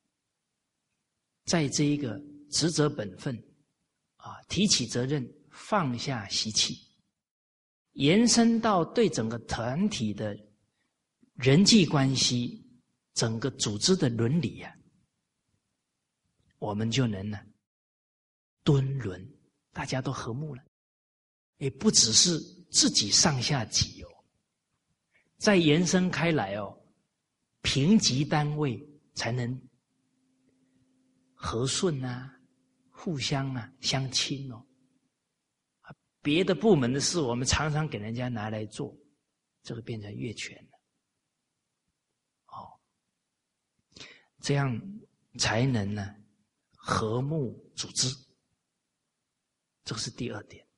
在这一个职责本分啊，提起责任，放下习气，延伸到对整个团体的人际关系、整个组织的伦理啊，我们就能呢敦伦，大家都和睦了。也不只是自己上下级哦，再延伸开来哦，平级单位才能和顺啊，互相啊相亲哦。别的部门的事，我们常常给人家拿来做，这个变成越权了。哦，这样才能呢和睦组织，这个是第二点。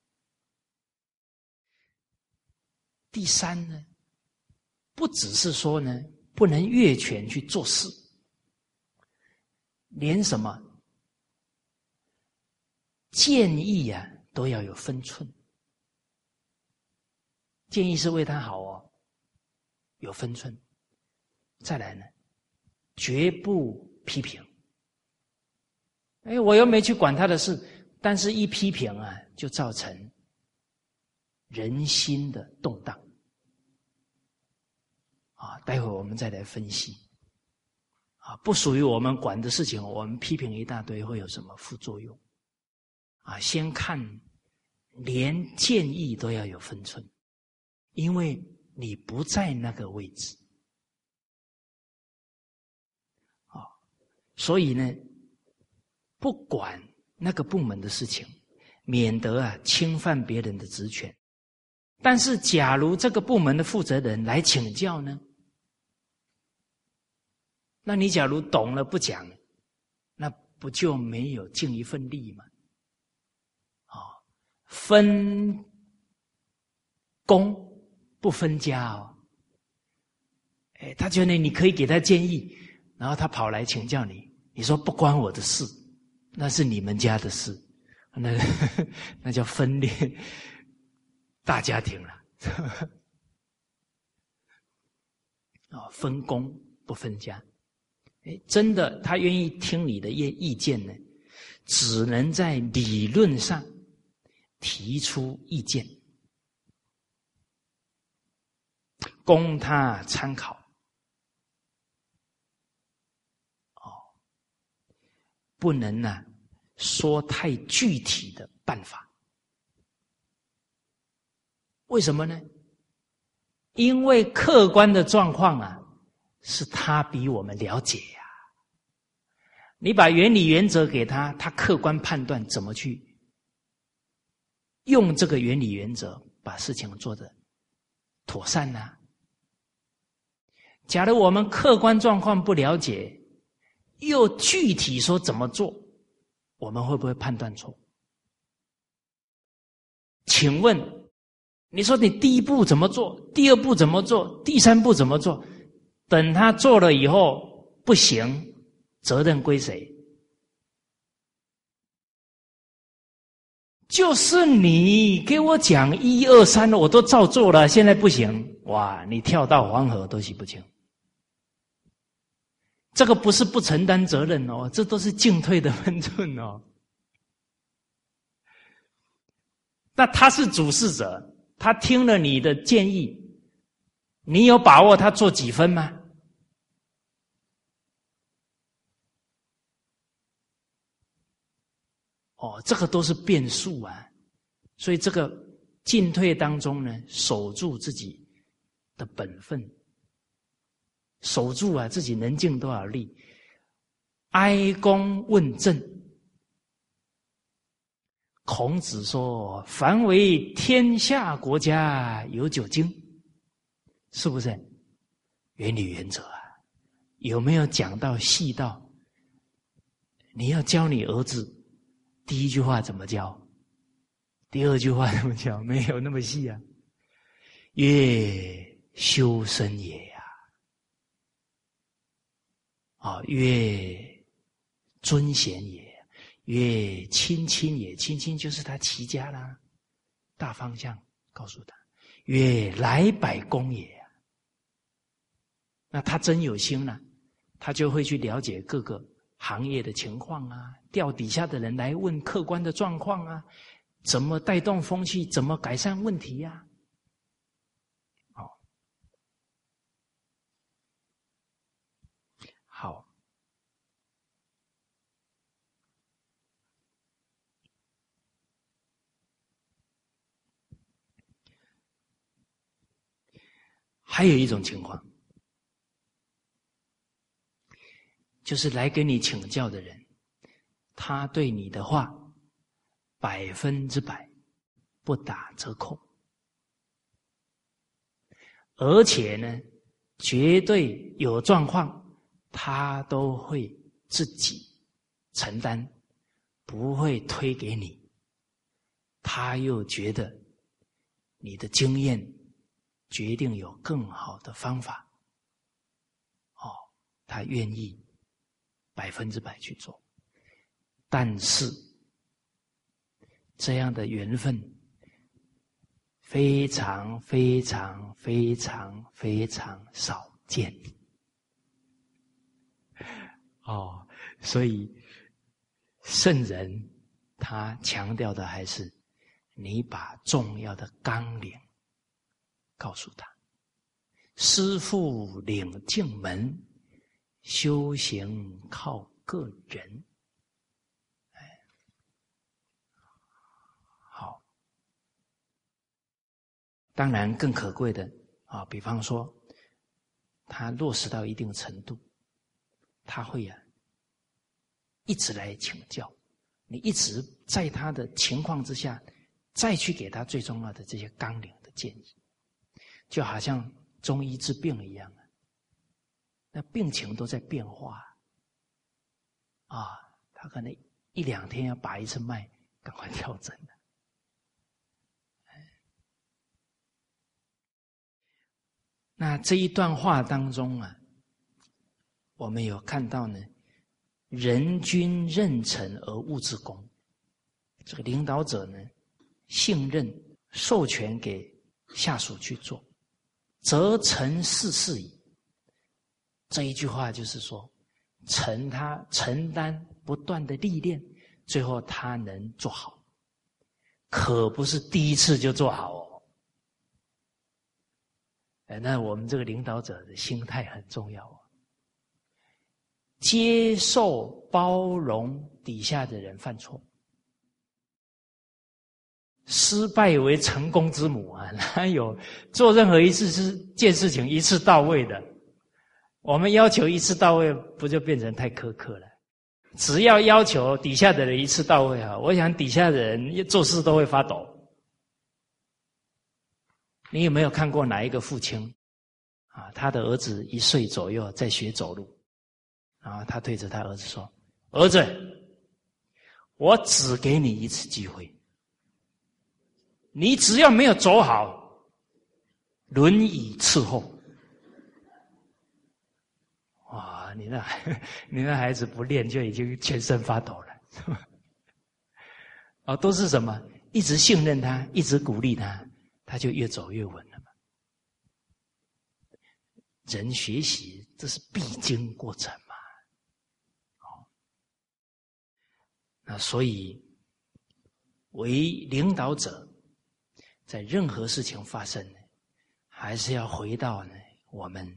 第三呢，不只是说呢不能越权去做事，连什么建议啊都要有分寸。建议是为他好哦，有分寸。再来呢，绝不批评。哎，我又没去管他的事，但是一批评啊，就造成人心的动荡。啊，待会我们再来分析。啊，不属于我们管的事情，我们批评一大堆会有什么副作用？啊，先看，连建议都要有分寸，因为你不在那个位置。啊，所以呢，不管那个部门的事情，免得啊侵犯别人的职权。但是假如这个部门的负责人来请教呢，那你假如懂了不讲，那不就没有尽一份力吗？哦，分工不分家哦。哎，他觉得你可以给他建议，然后他跑来请教你，你说不关我的事，那是你们家的事，那那叫分裂大家庭了。哦，分工不分家。哎，真的，他愿意听你的意见呢，只能在理论上提出意见，供他参考。哦，不能呢、啊、说太具体的办法。为什么呢？因为客观的状况啊，是他比我们了解呀、啊。你把原理原则给他，他客观判断怎么去用这个原理原则把事情做得妥善呢、啊？假如我们客观状况不了解，又具体说怎么做，我们会不会判断错？请问，你说你第一步怎么做，第二步怎么做，第三步怎么做？等他做了以后不行，责任归谁？就是你给我讲一二三，我都照做了，现在不行，哇，你跳到黄河都洗不清。这个不是不承担责任哦，这都是进退的分寸哦。那他是主事者，他听了你的建议，你有把握他做几分吗？哦，这个都是变数啊。所以这个进退当中呢，守住自己的本分，守住啊自己能尽多少力，哀公问政。孔子说：“凡为天下国家有九经，是不是？原理原则啊，有没有讲到细到？你要教你儿子，第一句话怎么教？第二句话怎么教？没有那么细啊。曰修身也呀、啊，啊，曰尊贤也。”曰亲亲也，亲亲就是他齐家啦，大方向告诉他。 曰来百工也啊。那他真有心了，他就会去了解各个行业的情况啊，调底下的人来问客观的状况啊，怎么带动风气，怎么改善问题呀、啊？好，好，还有一种情况，就是来跟你请教的人，他对你的话百分之百不打折扣，而且呢，绝对有状况，他都会自己承担，不会推给你。他又觉得你的经验决定有更好的方法，哦，他愿意百分之百去做。但是这样的缘分非常非常非常非常少见哦，所以圣人他强调的还是你把重要的纲领告诉他。师父领进门，修行靠个人。好，当然更可贵的啊，比方说他落实到一定程度，他会啊一直来请教你，一直在他的情况之下再去给他最重要的这些纲领的建议，就好像中医治病一样，那病情都在变化啊，他可能一两天要把一次脉，赶快调整了。那这一段话当中啊，我们有看到呢，人君任臣而务之功，这个领导者呢，信任授权给下属去做，则成事事矣。这一句话就是说，承他承担不断的历练，最后他能做好，可不是第一次就做好哦。那我们这个领导者的心态很重要哦，接受包容底下的人犯错，失败为成功之母啊！哪有做任何一次是件事情一次到位的？我们要求一次到位，不就变成太苛刻了？只要要求底下的人一次到位啊，我想底下的人做事都会发抖。你有没有看过哪一个父亲啊？他的儿子一岁左右在学走路，然后他对着他儿子说：“儿子，我只给你一次机会，你只要没有走好，轮椅伺候。”哇，你那你那孩子不练就已经全身发抖了。哦，都是什么？一直信任他，一直鼓励他，他就越走越稳了嘛。人学习这是必经过程嘛。哦，那所以为领导者，在任何事情发生呢，还是要回到呢我们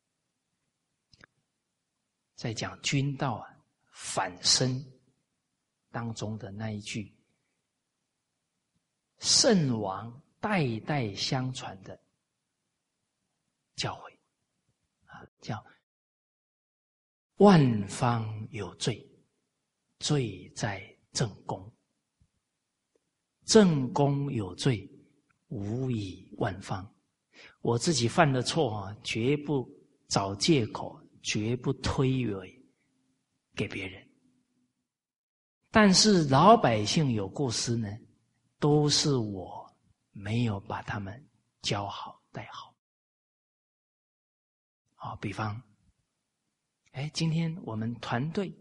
在讲君道啊反身当中的那一句圣王代代相传的教诲啊，叫万方有罪，罪在正宫；正宫有罪，无以万方。我自己犯了错啊，绝不找借口，绝不推诿给别人。但是老百姓有过失呢，都是我没有把他们教好带好。好，比方，哎，今天我们团队，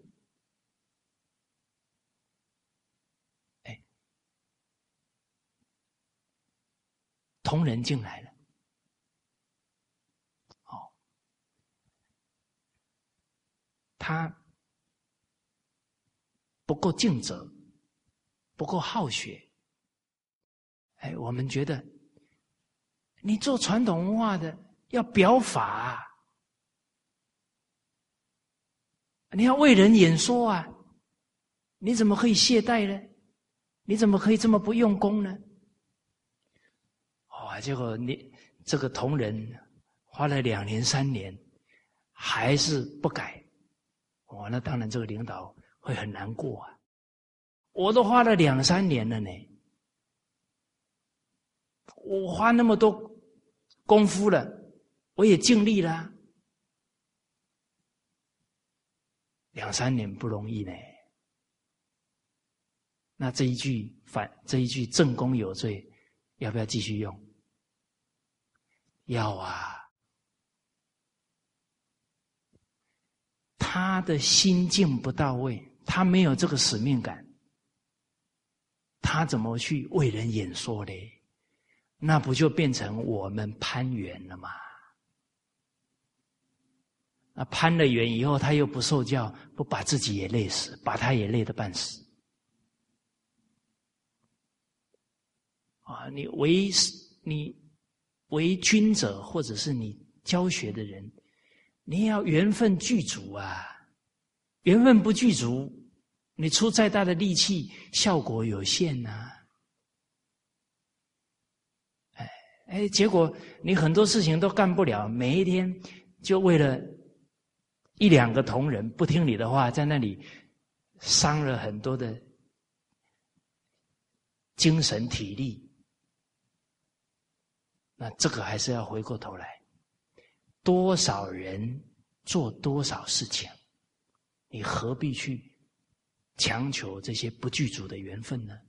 哎， 同仁进来了，哦，他不够尽责，不够好学。哎，我们觉得你做传统文化的要表法啊，你要为人演说啊，你怎么可以懈怠呢？你怎么可以这么不用功呢？哦，结果你这个同仁花了两年三年，还是不改，哦，那当然这个领导会很难过啊。我都花了两三年了呢，我花那么多功夫了，我也尽力了啊，两三年不容易呢。那这一句反这一句正宫有罪，要不要继续用？要啊。他的心境不到位，他没有这个使命感，他怎么去为人演说嘞？那不就变成我们攀缘了吗？那攀了缘以后，他又不受教，不把自己也累死，把他也累得半死。啊，你为你为君者，或者是你教学的人，你要缘分具足啊！缘分不具足，你出再大的力气，效果有限啊！哎哎，结果你很多事情都干不了，每一天就为了一两个同仁不听你的话，在那里伤了很多的精神体力。那这个还是要回过头来，多少人做多少事情，你何必去强求这些不具足的缘分呢？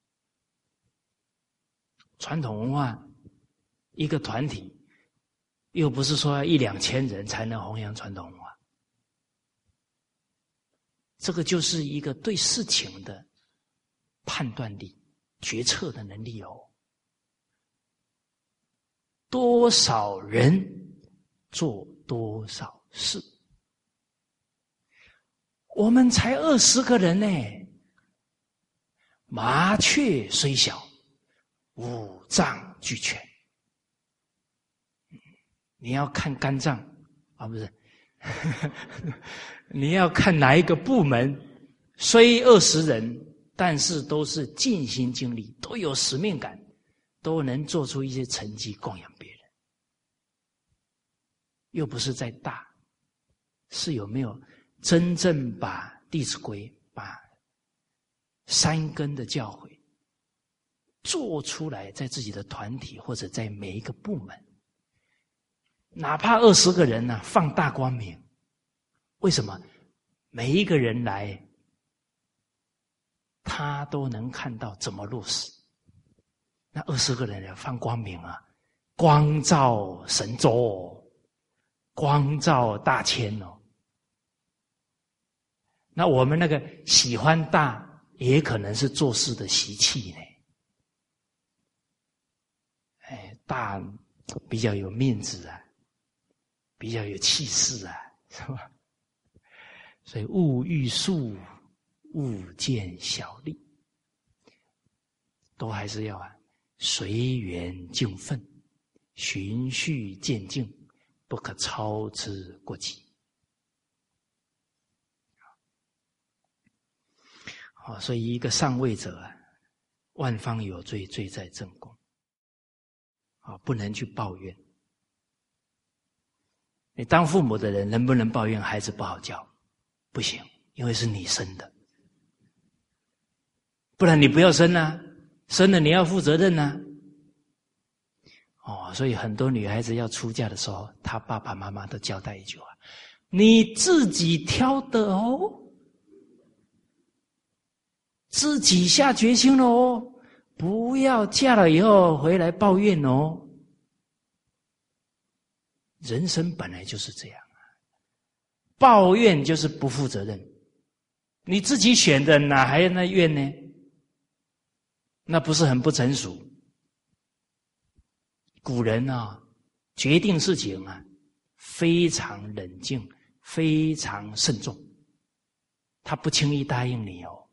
传统文化一个团体，又不是说要一两千人才能弘扬传统文化，这个就是一个对事情的判断力、决策的能力哦。多少人做多少事，我们才二十个人呢。麻雀虽小，五脏俱全。你要看肝脏啊，不是？你要看哪一个部门，虽二十人，但是都是尽心尽力，都有使命感，都能做出一些成绩供养别人。又不是在大，是有没有真正把《弟子规》、把三根的教诲做出来，在自己的团体或者在每一个部门，哪怕二十个人呢、啊，放大光明。为什么？每一个人来，他都能看到怎么落实。那二十个人要放光明啊，光照神州，光照大千哦。那我们那个喜欢大，也可能是做事的习气呢。哎，大比较有面子啊，比较有气势啊，是吧？所以勿欲速，勿见小利，都还是要啊随缘尽分，循序渐进，不可操之过急。好，所以一个上位者啊，万方有罪，罪在正宫。啊，不能去抱怨。你当父母的人能不能抱怨孩子不好教？不行，因为是你生的，不然你不要生啊，生了你要负责任啊。哦，所以很多女孩子要出嫁的时候，她爸爸妈妈都交代一句话：你自己挑的哦，自己下决心了哦，不要嫁了以后回来抱怨哦。人生本来就是这样啊，抱怨就是不负责任。你自己选的，哪还有那怨呢？那不是很不成熟？ 古人啊，决定事情啊，非常冷静，非常慎重，他不轻易答应你哦。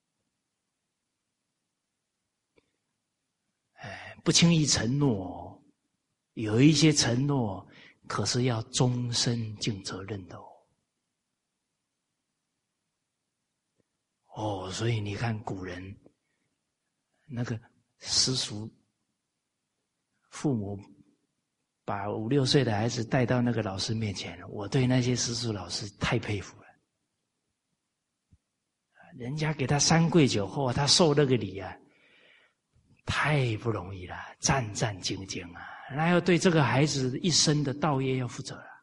哎，不轻易承诺哦，有一些承诺可是要终身尽责任的哦。哦，所以你看古人那个私塾，父母把五六岁的孩子带到那个老师面前，我对那些私塾老师太佩服了。人家给他三跪九叩，他受那个礼啊，太不容易了，战战兢兢啊，那要对这个孩子一生的道业要负责了，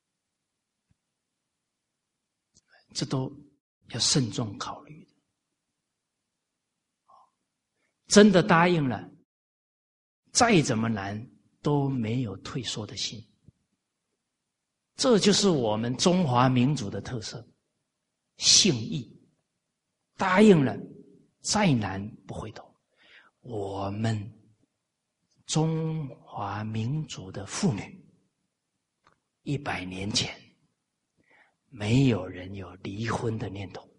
这都要慎重考虑的。真的答应了，再怎么难都没有退缩的心，这就是我们中华民族的特色，信义。答应了，再难不回头。我们中华民族的妇女，一百年前没有人有离婚的念头。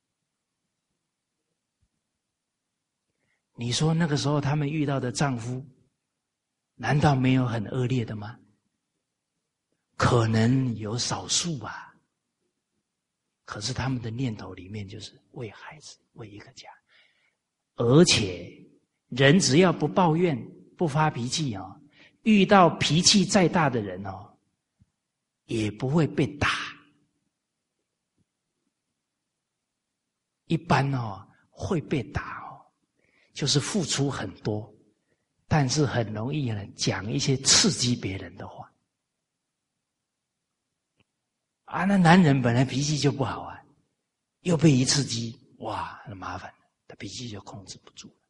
你说那个时候他们遇到的丈夫，难道没有很恶劣的吗？可能有少数吧。可是他们的念头里面就是为孩子，为一个家。而且人只要不抱怨，不发脾气哦，遇到脾气再大的人哦，也不会被打。一般哦会被打哦，就是付出很多，但是很容易呢讲一些刺激别人的话。啊，那男人本来脾气就不好啊，又被一刺激，哇，那麻烦了，他脾气就控制不住了。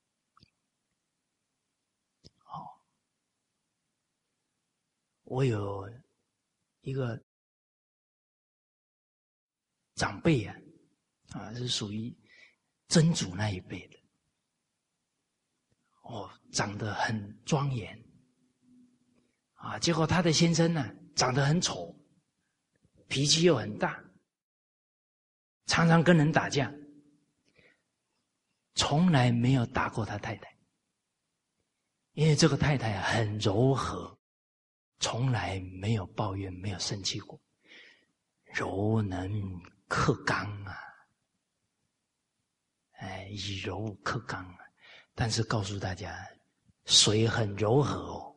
哦，我有一个长辈啊，啊，是属于曾祖那一辈的，哦，长得很庄严，啊，结果他的先生呢，长得很丑。脾气又很大，常常跟人打架，从来没有打过他太太，因为这个太太很柔和，从来没有抱怨，没有生气过，柔能克刚啊，哎，以柔克刚啊。但是告诉大家，水很柔和哦，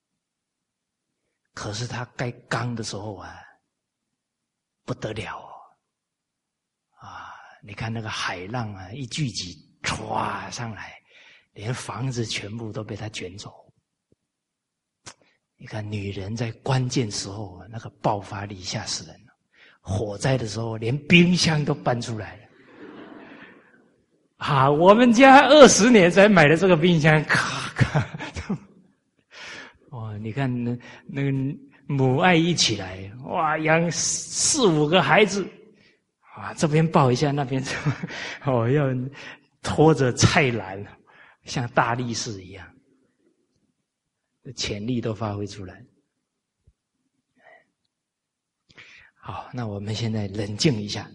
可是他该刚的时候啊，不得了哦！啊，你看那个海浪啊，一聚集，唰上来，连房子全部都被它卷走。你看女人在关键时候啊，那个爆发力吓死人了。火灾的时候，连冰箱都搬出来了。啊，我们家二十年才买的这个冰箱，咔咔。哦，你看那那个。母爱一起来，哇，养四五个孩子，啊，这边抱一下，那边哦，要拖着菜篮，像大力士一样，潜力都发挥出来。好，那我们现在冷静一下，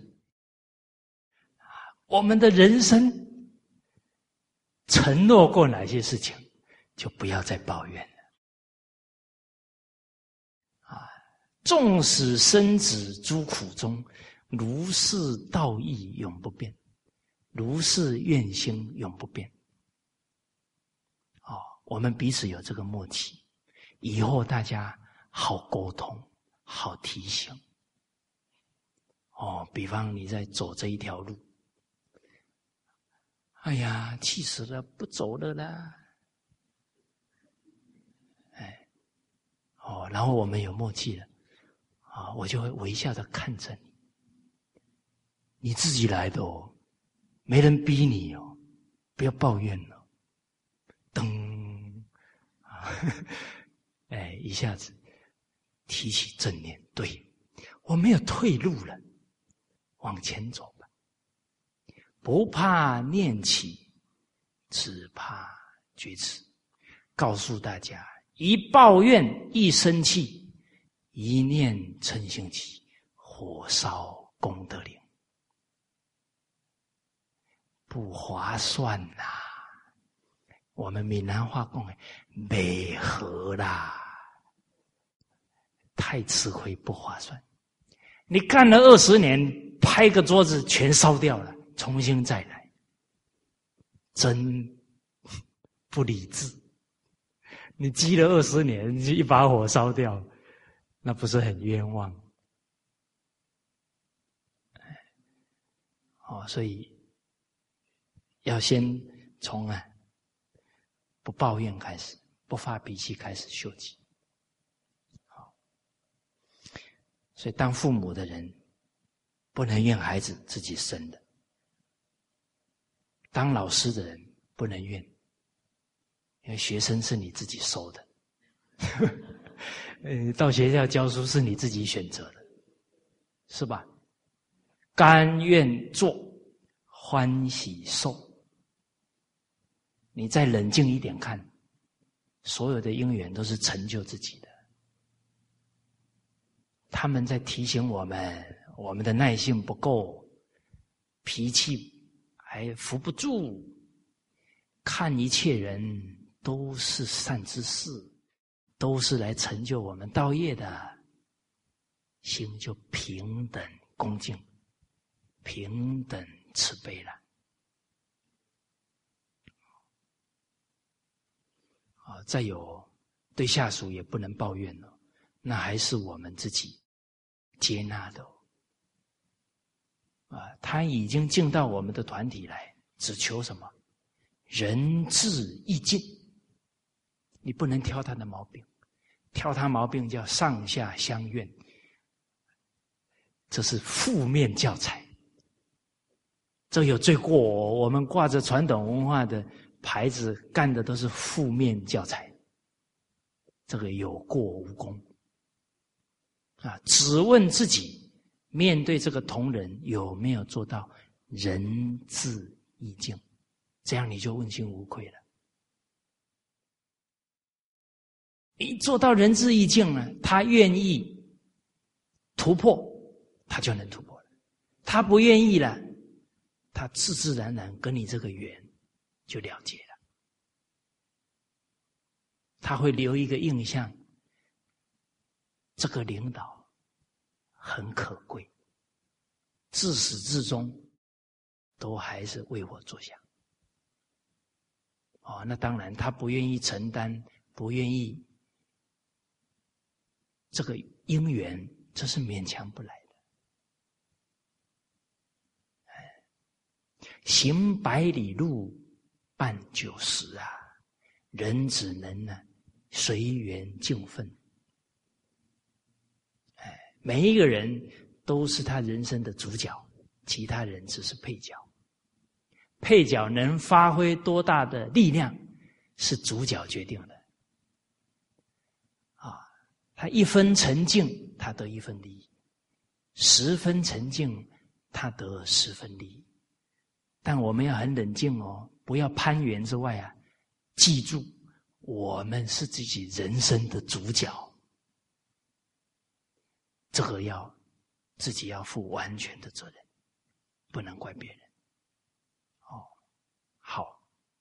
我们的人生承诺过哪些事情，就不要再抱怨了。纵使生子诸苦中，如是道义永不变，如是愿心永不变。哦，我们彼此有这个默契，以后大家好沟通，好提醒。哦，比方你在走这一条路，哎呀，气死了，不走了啦。哎，哦，然后我们有默契了。啊，我就会微笑的看着你，你自己来的哦，没人逼你哦，不要抱怨了。噔，啊，哎，一下子提起正念，对，我没有退路了，往前走吧，不怕念起，只怕觉迟。告诉大家， 一抱怨一生气，一念嗔心起，火烧功德林。不划算呐、啊！我们闽南话讲的没合啦，太吃亏，不划算。你干了二十年，拍个桌子全烧掉了，重新再来，真不理智。你积了二十年，你一把火烧掉，那不是很冤枉？哦，所以要先从啊不抱怨开始，不发脾气开始修起。好，所以当父母的人不能怨孩子自己生的，当老师的人不能怨，因为学生是你自己收的，呃，到学校教书是你自己选择的，是吧？甘愿做，欢喜受。你再冷静一点看，所有的因缘都是成就自己的。他们在提醒我们，我们的耐性不够，脾气还扶不住，看一切人都是善知识，都是来成就我们道业的，心就平等恭敬，平等慈悲了。啊，再有对下属也不能抱怨了，那还是我们自己接纳的。啊，他已经进到我们的团体来，只求什么？仁至义尽。你不能挑他的毛病，挑他毛病叫上下相怨，这是负面教材。这有罪过哦，我们挂着传统文化的牌子干的都是负面教材，这个有过无功啊！只问自己面对这个同仁有没有做到仁至义尽，这样你就问心无愧了。一做到仁至义尽了，他愿意突破，他就能突破了；他不愿意了，他自自然然跟你这个缘就了结了。他会留一个印象，这个领导很可贵，自始至终都还是为我着想。哦，那当然他不愿意承担，不愿意这个因缘，这是勉强不来的。行百里路，伴九十啊，人只能呢随缘尽分。哎，每一个人都是他人生的主角，其他人只是配角。配角能发挥多大的力量，是主角决定的。啊，他一分沉静，他得一分利益；十分沉静，他得十分利益。但我们要很冷静哦，不要攀缘之外啊，记住我们是自己人生的主角，这个要自己要负完全的责任，不能怪别人。哦，好，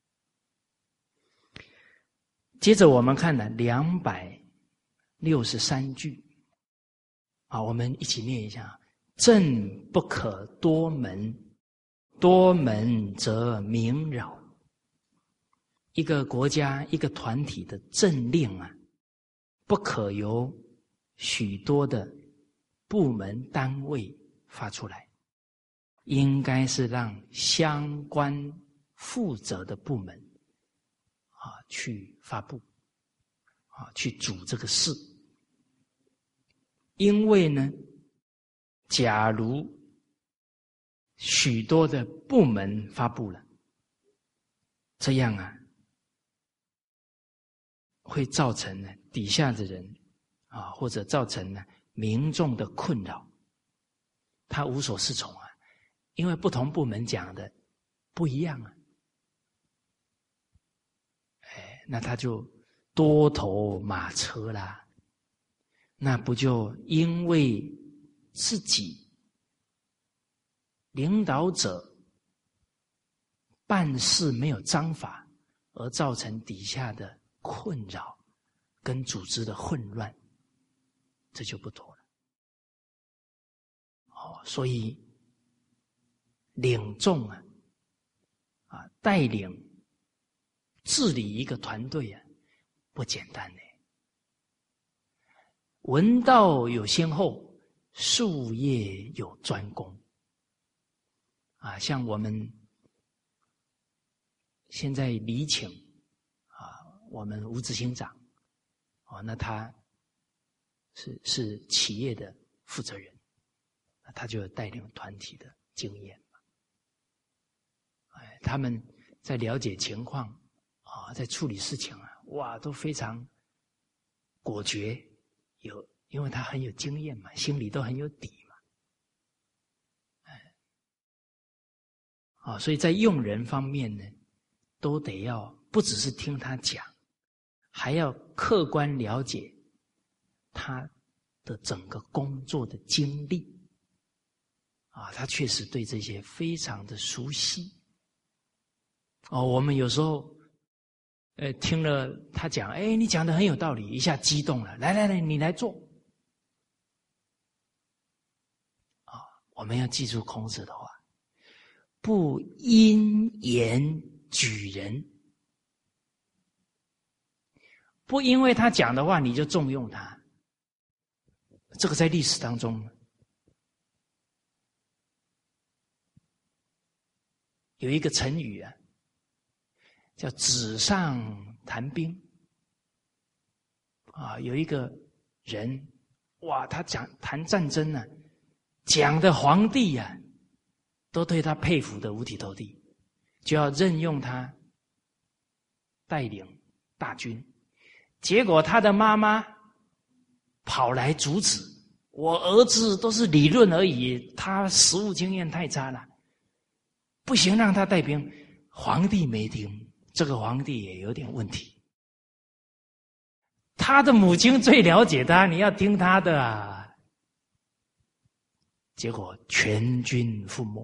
接着我们看了两百六十三句，啊，我们一起念一下：正不可多门。多门则名扰。一个国家一个团体的政令啊，不可由许多的部门单位发出来，应该是让相关负责的部门啊去发布啊去主这个事。因为呢，假如许多的部门发布了，这样啊，会造成呢底下的人啊，或者造成呢民众的困扰，他无所适从啊，因为不同部门讲的不一样啊，哎，那他就多头马车啦，那不就因为自己领导者办事没有章法，而造成底下的困扰跟组织的混乱，这就不妥了。哦，所以领众啊，啊，带领治理一个团队啊，不简单呢。文道有先后，术业有专攻。啊，像我们现在礼请啊，我们吴执行长，哦，那他是是企业的负责人，那他就有带领团体的经验嘛。哎，他们在了解情况啊，在处理事情啊，哇，都非常果决，有，因为他很有经验嘛，心里都很有底嘛。哎，啊，所以在用人方面呢，都得要不只是听他讲，还要客观了解他的整个工作的经历。啊，他确实对这些非常的熟悉。哦，我们有时候，呃，听了他讲，哎，你讲的很有道理，一下激动了，来来来，你来做。啊，我们要记住孔子的话，不因言举人，不因为他讲的话你就重用他。这个在历史当中有一个成语啊，叫纸上谈兵。啊，有一个人，哇，他讲谈战争呢、啊，讲的皇帝呀、啊，都对他佩服的五体投地，就要任用他带领大军。结果他的妈妈跑来阻止，我儿子都是理论而已，他实务经验太差了，不行，让他带兵。皇帝没听，这个皇帝也有点问题。他的母亲最了解他，你要听他的啊。结果全军覆没。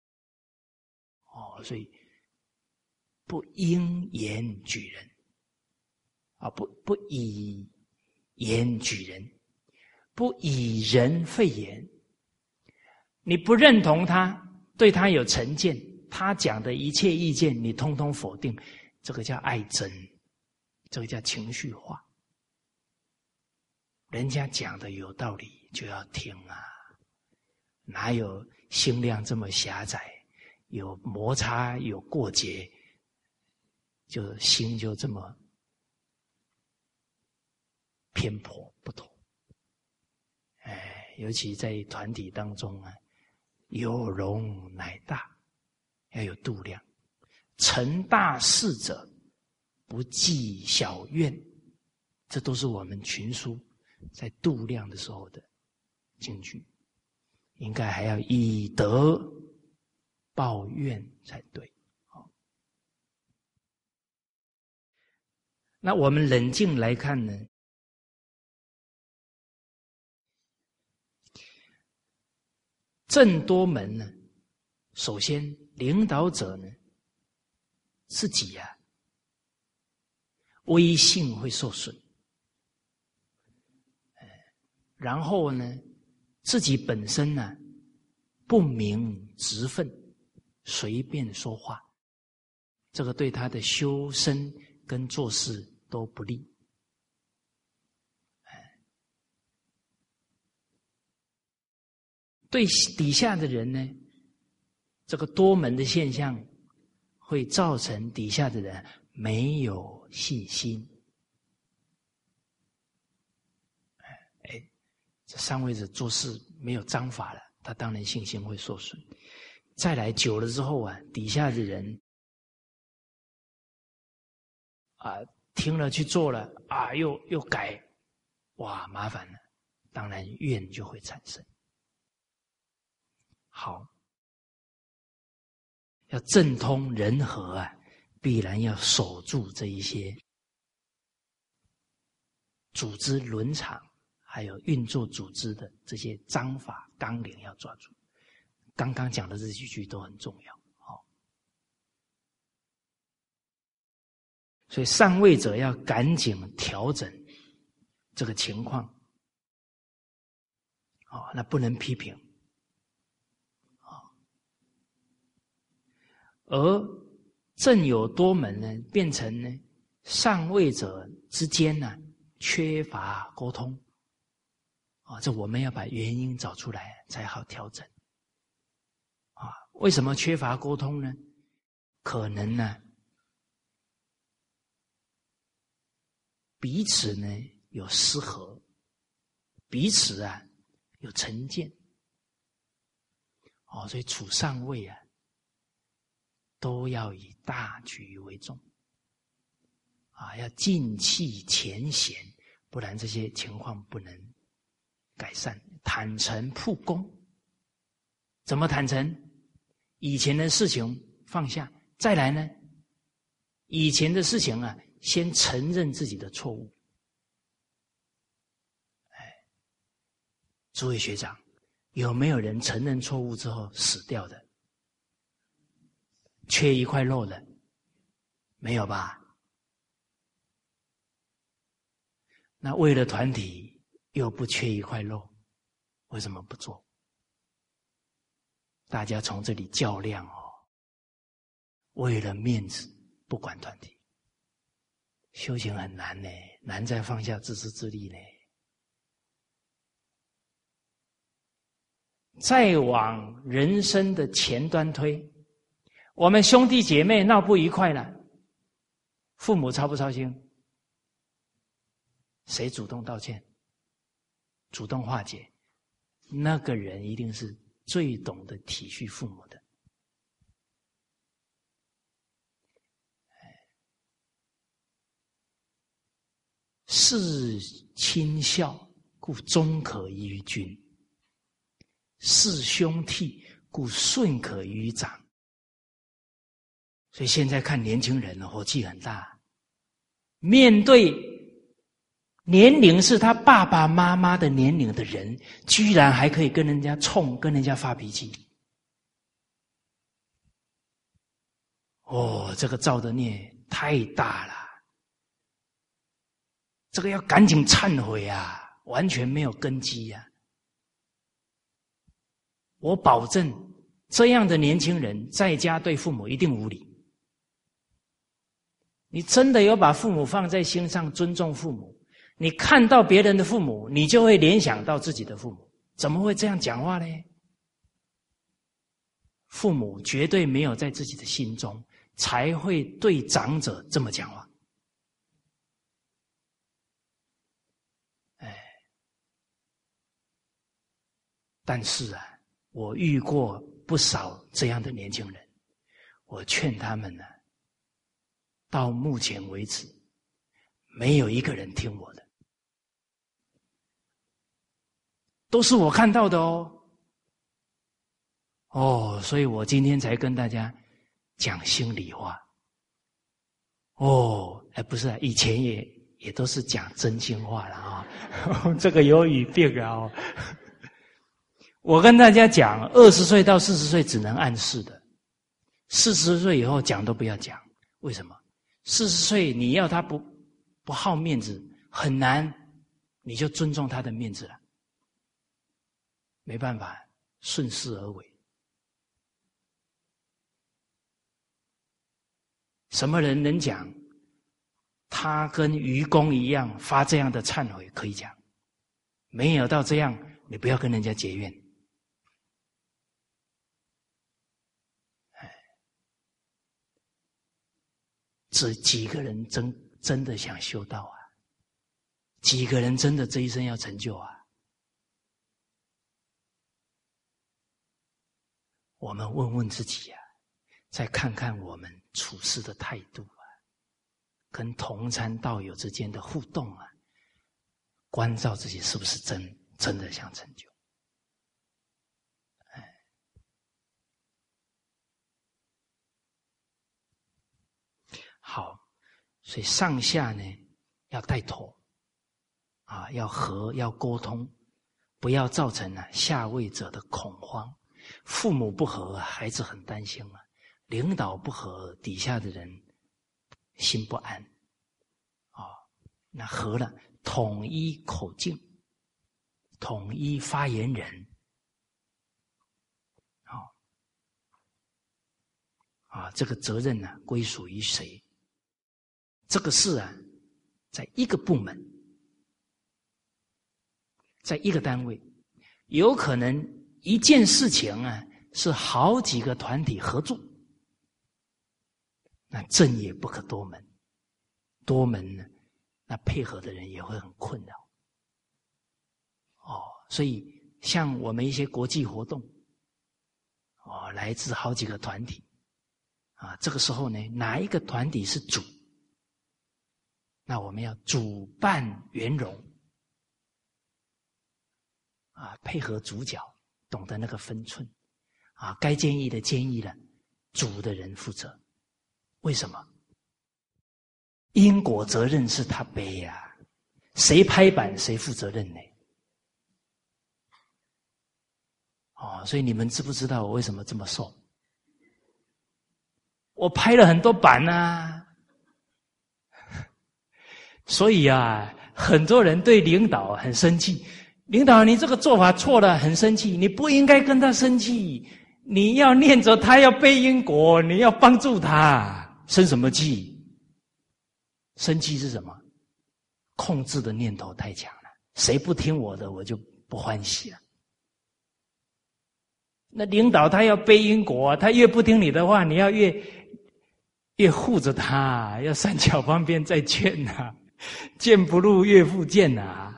哦，所以不因言举人啊，不不以言举人，不以人废言。你不认同他，对他有成见，他讲的一切意见你通通否定，这个叫爱憎，这个叫情绪化。人家讲的有道理就要听啊，哪有心量这么狭窄，有摩擦有过节，就心就这么偏颇不同。哎，尤其在团体当中啊，有容乃大，要有度量。成大事者，不计小怨，这都是我们群书在度量的时候的金句。应该还要以德报怨才对。那我们冷静来看呢，正多门呢，首先领导者呢自己啊威信会受损，然后呢自己本身呢不明职分，随便说话，这个对他的修身跟做事都不利。对底下的人呢，这个多门的现象会造成底下的人没有信心。哎，这上位者做事没有章法了，他当然信心会受损。再来久了之后啊，底下的人啊听了去做了啊，又又改，哇，麻烦了，当然怨就会产生。好，要正通人和啊，必然要守住这一些组织伦常，还有运作组织的这些章法纲领要抓住。刚刚讲的这几句都很重要。好，所以上位者要赶紧调整这个情况。哦，那不能批评。而正有多门呢，变成呢上位者之间呢缺乏沟通啊，这我们要把原因找出来才好调整啊。为什么缺乏沟通呢？可能呢彼此呢有失和，彼此啊有成见哦，所以处上位啊都要以大局为重啊，要尽弃前嫌，不然这些情况不能改善。坦诚曝公，怎么坦诚？以前的事情放下，再来呢，以前的事情啊，先承认自己的错误。哎，诸位学长，有没有人承认错误之后死掉的？缺一块肉的？没有吧？那为了团体又不缺一块肉，为什么不做？大家从这里较量哦，为了面子不管团体，修行很难呢，难在放下自私自利呢。再往人生的前端推，我们兄弟姐妹闹不愉快了，父母操不操心？谁主动道歉？主动化解？那个人一定是最懂得体恤父母的。事亲孝，故忠可于君；事兄悌，故顺可于长。所以现在看年轻人火气很大，面对年龄是他爸爸妈妈的年龄的人，居然还可以跟人家冲，跟人家发脾气。哦，这个造的孽太大了，这个要赶紧忏悔啊，完全没有根基啊。我保证，这样的年轻人在家对父母一定无礼。你真的有把父母放在心上，尊重父母，你看到别人的父母，你就会联想到自己的父母，怎么会这样讲话呢？父母绝对没有在自己的心中，才会对长者这么讲话。哎，但是啊，我遇过不少这样的年轻人，我劝他们呢、啊，到目前为止，没有一个人听我的，都是我看到的哦。哦，所以我今天才跟大家讲心里话。哦，哎，不是、啊，以前也也都是讲真心话了啊、哦。这个有语病啊、哦。我跟大家讲，二十岁到四十岁只能暗示的，四十岁以后讲都不要讲。为什么？四十岁你要他不不好面子很难，你就尊重他的面子了。没办法，顺势而为。什么人能讲他跟愚公一样发这样的忏悔？可以讲，没有到这样，你不要跟人家结怨。这几个人真真的想修道啊？几个人真的这一生要成就啊？我们问问自己啊，再看看我们处事的态度啊，跟同参道友之间的互动啊，关照自己是不是真真的想成就。哎，好，所以上下呢要带头啊，要和，要沟通，不要造成啊下位者的恐慌。父母不和，孩子很担心啊；领导不和，底下的人心不安。啊、哦，那和了，统一口径，统一发言人。好、哦，啊，这个责任呢、啊，归属于谁？这个事啊，在一个部门，在一个单位，有可能一件事情啊，是好几个团体合作，那正也不可多门，多门呢，那配合的人也会很困扰。哦，所以像我们一些国际活动，哦，来自好几个团体，啊，这个时候呢，哪一个团体是主？那我们要主办圆融，啊，配合主角，懂得那个分寸，啊，该建议的建议了，主的人负责。为什么？因果责任是他背呀、啊，谁拍板谁负责任呢？哦，所以你们知不知道我为什么这么瘦？我拍了很多板啊，所以啊，很多人对领导很生气。领导，你这个做法错了，很生气。你不应该跟他生气，你要念着他要背因果，你要帮助他。生什么气？生气是什么？控制的念头太强了，谁不听我的，我就不欢喜了。那领导他要背因果，他越不听你的话，你要越越护着他，要三脚方便再劝啊，谏不入岳父谏啊。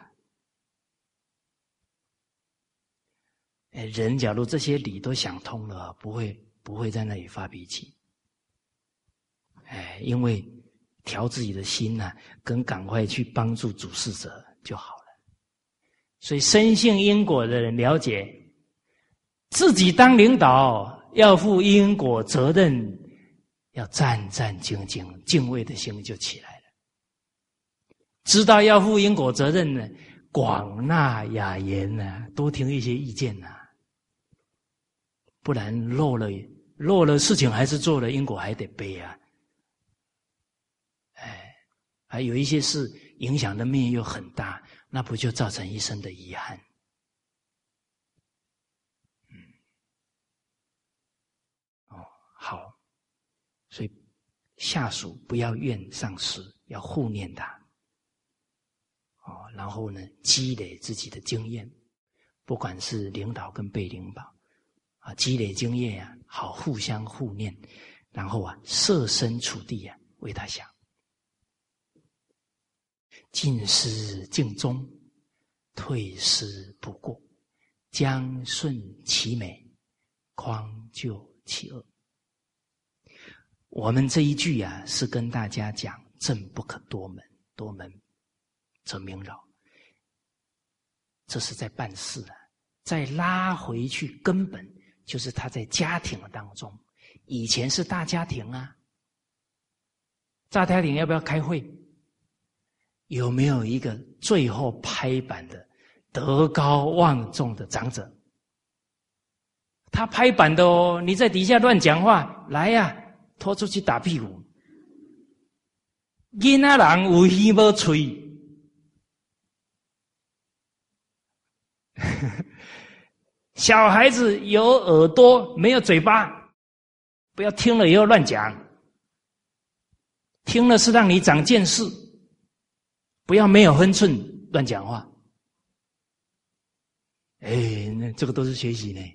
人假如这些理都想通了，不会不会在那里发脾气。哎，因为调自己的心呢、啊，跟赶快去帮助主事者就好了。所以深信因果的人了解，自己当领导要负因果责任，要战战兢兢，敬畏的心就起来了。知道要负因果责任呢，广纳雅言呢、啊，多听一些意见啊，不然漏了漏了事情还是做了，因果还得背啊。哎，还有一些事影响的面又很大，那不就造成一生的遗憾？嗯，哦，好，所以下属不要怨上司，要护念他。哦，然后呢，积累自己的经验，不管是领导跟被领导，啊，积累经验啊，好互相互念，然后啊，设身处地啊，为他想。进失尽忠，退失不过，将顺其美，匡救其恶。我们这一句啊，是跟大家讲正不可多门，多门则明扰。这是在办事啊，再拉回去根本就是他在家庭当中，以前是大家庭啊，大家庭要不要开会？有没有一个最后拍板的德高望重的长者？他拍板的哦，你在底下乱讲话，来呀、啊，拖出去打屁股。囡仔人有耳无嘴，小孩子有耳朵没有嘴巴，不要听了以后乱讲，听了是让你长见识。不要没有分寸乱讲话。哎，那这个都是学习呢。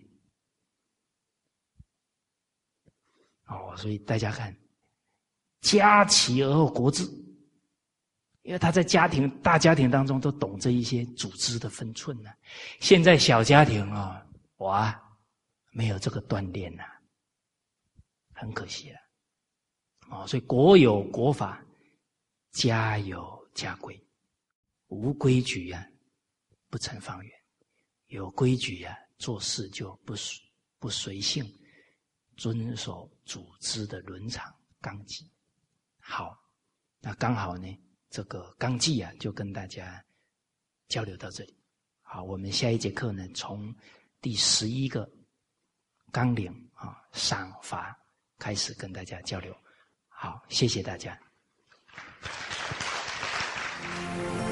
哦，所以大家看，家齐而后国治，因为他在家庭大家庭当中都懂这一些组织的分寸呢、啊。现在小家庭啊、哦，哇，没有这个锻炼呐、啊，很可惜了。哦，所以国有国法，家有家规。无规矩啊，不成方圆；有规矩啊，做事就不不随性，遵守组织的伦常纲纪。好，那刚好呢，这个纲纪啊，就跟大家交流到这里。好，我们下一节课呢，从第十一个纲领啊赏罚开始跟大家交流。好，谢谢大家。